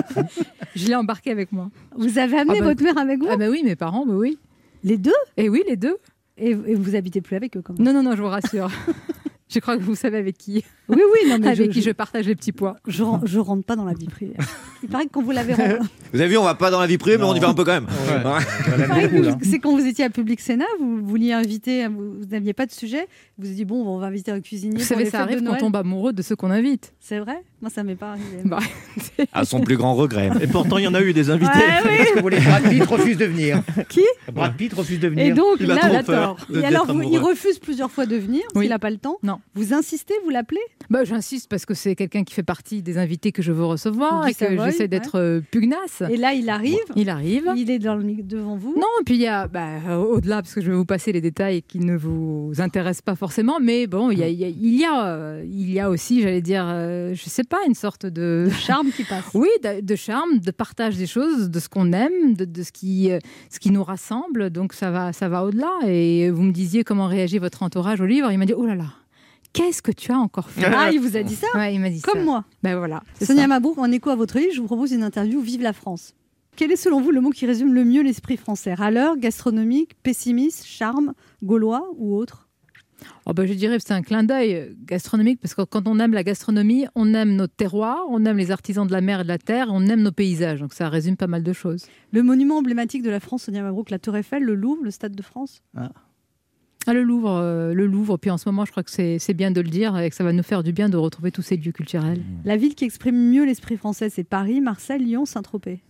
je l'ai embarqué avec moi. Vous avez amené Ah bah- votre mère avec vous? Ah bah oui, mes parents, bah oui. Les deux? Et oui, les deux. Et, et vous habitez plus avec eux quand même? Non, non, non, je vous rassure. Je crois que vous savez avec qui. Oui, oui, non, mais avec je- qui je- je partage les petits pois. Je, ren- je rentre pas dans la vie privée. Il paraît que quand vous l'avez rencontré, Vous avez vu, on va pas dans la vie privée, mais on y va un peu quand même. il paraît que vous- c'est quand vous étiez à Public Sénat, vous vouliez inviter, vous vous n'aviez pas de sujet, vous vous êtes dit bon, on va inviter un cuisinier. Vous pour savez, les ça fêtes de arrive quand Noël. on tombe amoureux de ceux qu'on invite. C'est vrai? Moi, ça m'est pas arrivé. Bah, À son plus grand regret. Et pourtant, il y en a eu des invités. Ouais, oui. Parce que vous voulez, Brad Pitt refuse de venir. Qui? Brad Pitt refuse de venir. Et donc, Il a là, trop là, peur tort. de- Et alors, d'être vous- il amoureux. refuse plusieurs fois de venir, parce Oui. qu'il n'a pas le temps. Non. Vous insistez, vous l'appelez? Bah, j'insiste parce que c'est quelqu'un qui fait partie des invités que je veux recevoir Guy et que Savoy, j'essaie d'être euh, pugnace. Et là, il arrive. Il arrive. Il est dans le, mi- devant vous. Non, et puis il y a, bah, euh, au-delà, parce que je vais vous passer les détails qui ne vous intéressent pas forcément, mais bon, il y a, il y a, il y a, euh, il y a aussi, j'allais dire, euh, je sais pas, une sorte de... Le charme qui passe. Oui, de, de charme, de partage des choses, de ce qu'on aime, de, de ce, qui, euh, ce qui nous rassemble, donc ça va, ça va au-delà. Et vous me disiez comment réagit votre entourage au livre, il m'a dit, oh là là, qu'est-ce que tu as encore fait? Ah, il vous a dit ça? Ouais, il m'a dit Comme ça. moi. Ben voilà. c'est Sonia ça. Mabrouk, en écho à votre livre, je vous propose une interview Vive la France. Quel est selon vous le mot qui résume le mieux l'esprit français? Râleur, gastronomique, pessimiste, charme, gaulois ou autre? Oh ben, je dirais que c'est un clin d'œil gastronomique, parce que quand on aime la gastronomie, on aime notre terroir, on aime les artisans de la mer et de la terre, on aime nos paysages. Donc ça résume pas mal de choses. Le monument emblématique de la France, Sonia Mabrouk, la Tour Eiffel, le Louvre, le Stade de France? Ah, le Louvre, euh, le Louvre. Puis en ce moment, je crois que c'est c'est bien de le dire et que ça va nous faire du bien de retrouver tous ces lieux culturels. La ville qui exprime mieux l'esprit français, c'est Paris, Marseille, Lyon, Saint-Tropez.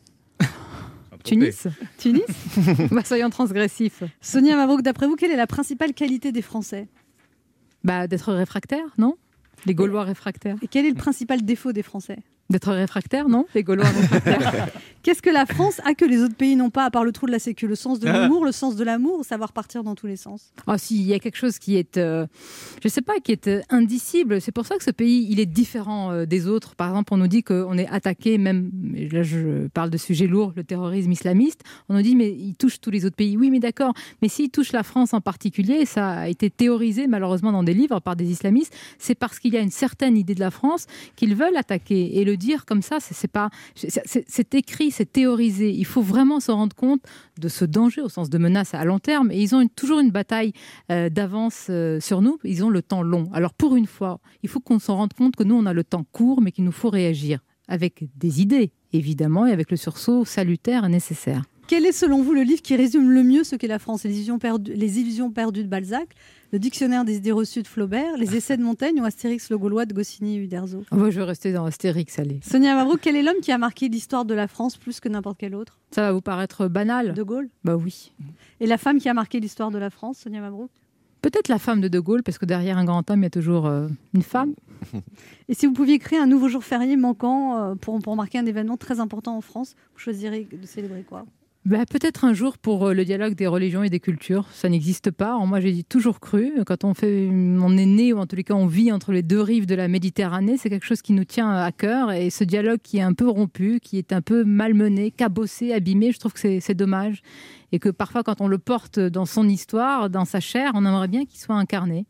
Tunis Tunis? Bah, soyons transgressifs. Sonia Mabrouk, d'après vous, quelle est la principale qualité des Français? Bah, d'être réfractaire, non? Les Gaulois réfractaires. Et quel est le principal défaut des Français? D'être réfractaire, non? Les Gaulois réfractaires. Qu'est-ce que la France a que les autres pays n'ont pas, à part le trou de la sécu? Le sens de l'humour, le sens de l'amour, savoir partir dans tous les sens. Ah si, il y a quelque chose qui est, euh, je sais pas, qui est euh, indicible. C'est pour ça que ce pays, il est différent euh, des autres. Par exemple, on nous dit qu'on est attaqué, même, et là je parle de sujets lourds, le terrorisme islamiste. On nous dit, mais il touche tous les autres pays. Oui, mais d'accord. Mais s'il touche la France en particulier, ça a été théorisé malheureusement dans des livres par des islamistes, c'est parce qu'il y a une certaine idée de la France qu'ils veulent attaquer. Et le dire comme ça, c'est c'est pas, c'est- c'est c'est écrit, c'est théorisé. Il faut vraiment se rendre compte de ce danger au sens de menace à long terme. Et ils ont une- toujours une bataille euh, d'avance euh, sur nous. Ils ont le temps long. Alors pour une fois, il faut qu'on s'en rende compte que nous, on a le temps court, mais qu'il nous faut réagir avec des idées, évidemment, et avec le sursaut salutaire et nécessaire. Quel est selon vous le livre qui résume le mieux ce qu'est la France? Les illusions perdues, les illusions perdues de Balzac, le dictionnaire des idées reçues de Flaubert, les essais de Montaigne ou Astérix le Gaulois de Goscinny et Uderzo? Oh, bah, je vais rester dans Astérix, allez. Sonia Mabrouk, quel est l'homme qui a marqué l'histoire de la France plus que n'importe quel autre? Ça va vous paraître banal? De Gaulle? Bah oui. Et la femme qui a marqué l'histoire de la France, Sonia Mabrouk? Peut-être la femme de De Gaulle, parce que derrière un grand homme, il y a toujours euh, une femme. Et si vous pouviez créer un nouveau jour férié manquant euh, pour, pour marquer un événement très important en France, vous choisirez de célébrer quoi? Bah, peut-être un jour pour euh, le dialogue des religions et des cultures. Ça n'existe pas. Alors, moi, j'ai toujours cru. Quand on, fait, on est né, ou en tous les cas, on vit entre les deux rives de la Méditerranée, c'est quelque chose qui nous tient à cœur. Et ce dialogue qui est un peu rompu, qui est un peu malmené, cabossé, abîmé, je trouve que c'est c'est dommage. Et que parfois, quand on le porte dans son histoire, dans sa chair, on aimerait bien qu'il soit incarné.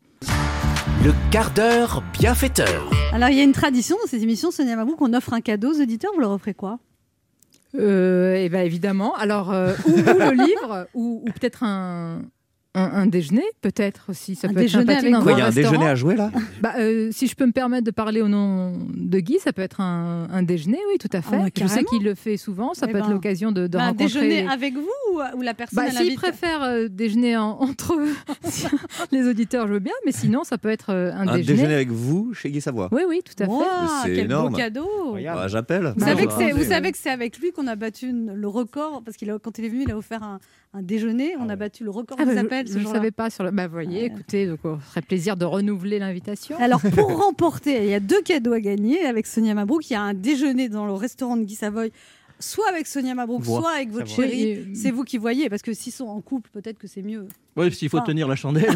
Le quart d'heure bienfaiteur. Alors, il y a une tradition dans ces émissions, Sonia Mabrouk, on offre un cadeau aux auditeurs, vous leur offrez quoi? Euh, et ben évidemment. Alors, euh, ou, ou le livre, ou, ou peut-être un, Un, un déjeuner, peut-être aussi. Ça Un peut être déjeuner sympathique avec dans quoi, un il y a un restaurant. déjeuner à jouer là Bah, euh, si je peux me permettre de parler au nom de Guy, ça peut être un, un déjeuner, oui, tout à fait. Ah bah, je sais carrément. qu'il le fait souvent. Ça Eh peut être ben, l'occasion de, de Bah, un rencontrer. déjeuner avec vous ou, ou la personne Bah, elle s'il invite préfère euh, déjeuner en- entre eux, les auditeurs, je veux bien, mais sinon, ça peut être euh, un, Un déjeuner. déjeuner avec vous chez Guy Savoie. Oui, oui, tout à fait. Wow, C'est quel énorme. beau cadeau. Bah, J'appelle. Vous, savez que c'est, vous ouais. savez que c'est avec lui qu'on a battu une- le record, parce qu'il a, quand il est venu, il a offert un, un déjeuner, on a battu le record Ah des bah, appels je ce ne jour-là. savais pas sur le. Bah, voyez, écoutez, donc, on ferait plaisir de renouveler l'invitation. Alors, pour remporter, il y a deux cadeaux à gagner avec Sonia Mabrouk. Il y a un déjeuner dans le restaurant de Guy Savoy, soit avec Sonia Mabrouk, Voix. soit avec votre Savoy. chérie. Oui, C'est vous qui voyez, parce que s'ils sont en couple, peut-être que c'est mieux. Oui, s'il faut Ah. tenir la chandelle.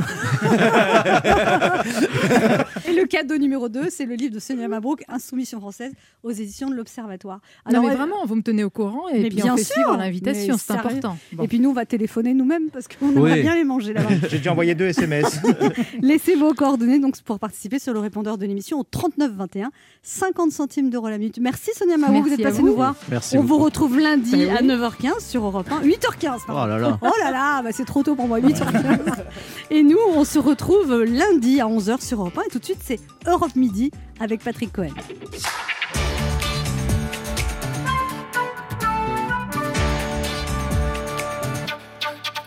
Et le cadeau numéro deux, c'est le livre de Sonia Mabrouk, Insoumission française, aux éditions de l'Observatoire. Non, mais elle- vraiment, vous me tenez au courant et Mais puis bien on fait sûr, suivre l'invitation, mais c'est sérieux. important. Bon. Et puis nous, on va téléphoner nous-mêmes parce qu'on aimerait Oui. bien les manger là-bas. J'ai déjà envoyé deux S M S. Laissez vos coordonnées donc pour participer sur le répondeur de l'émission au trente-neuf vingt et un, cinquante centimes d'euros la minute. Merci Sonia Mabrouk, Merci vous êtes à passée vous. nous voir. Merci On beaucoup. vous retrouve lundi Bah oui. à neuf heures quinze sur Europe un, huit heures quinze. pardon. Oh là là. Oh là là, bah c'est trop tôt pour moi, huit heures quinze. Et nous, on se retrouve lundi à onze heures sur Europe un. Et tout de suite, c'est Europe Midi avec Patrick Cohen.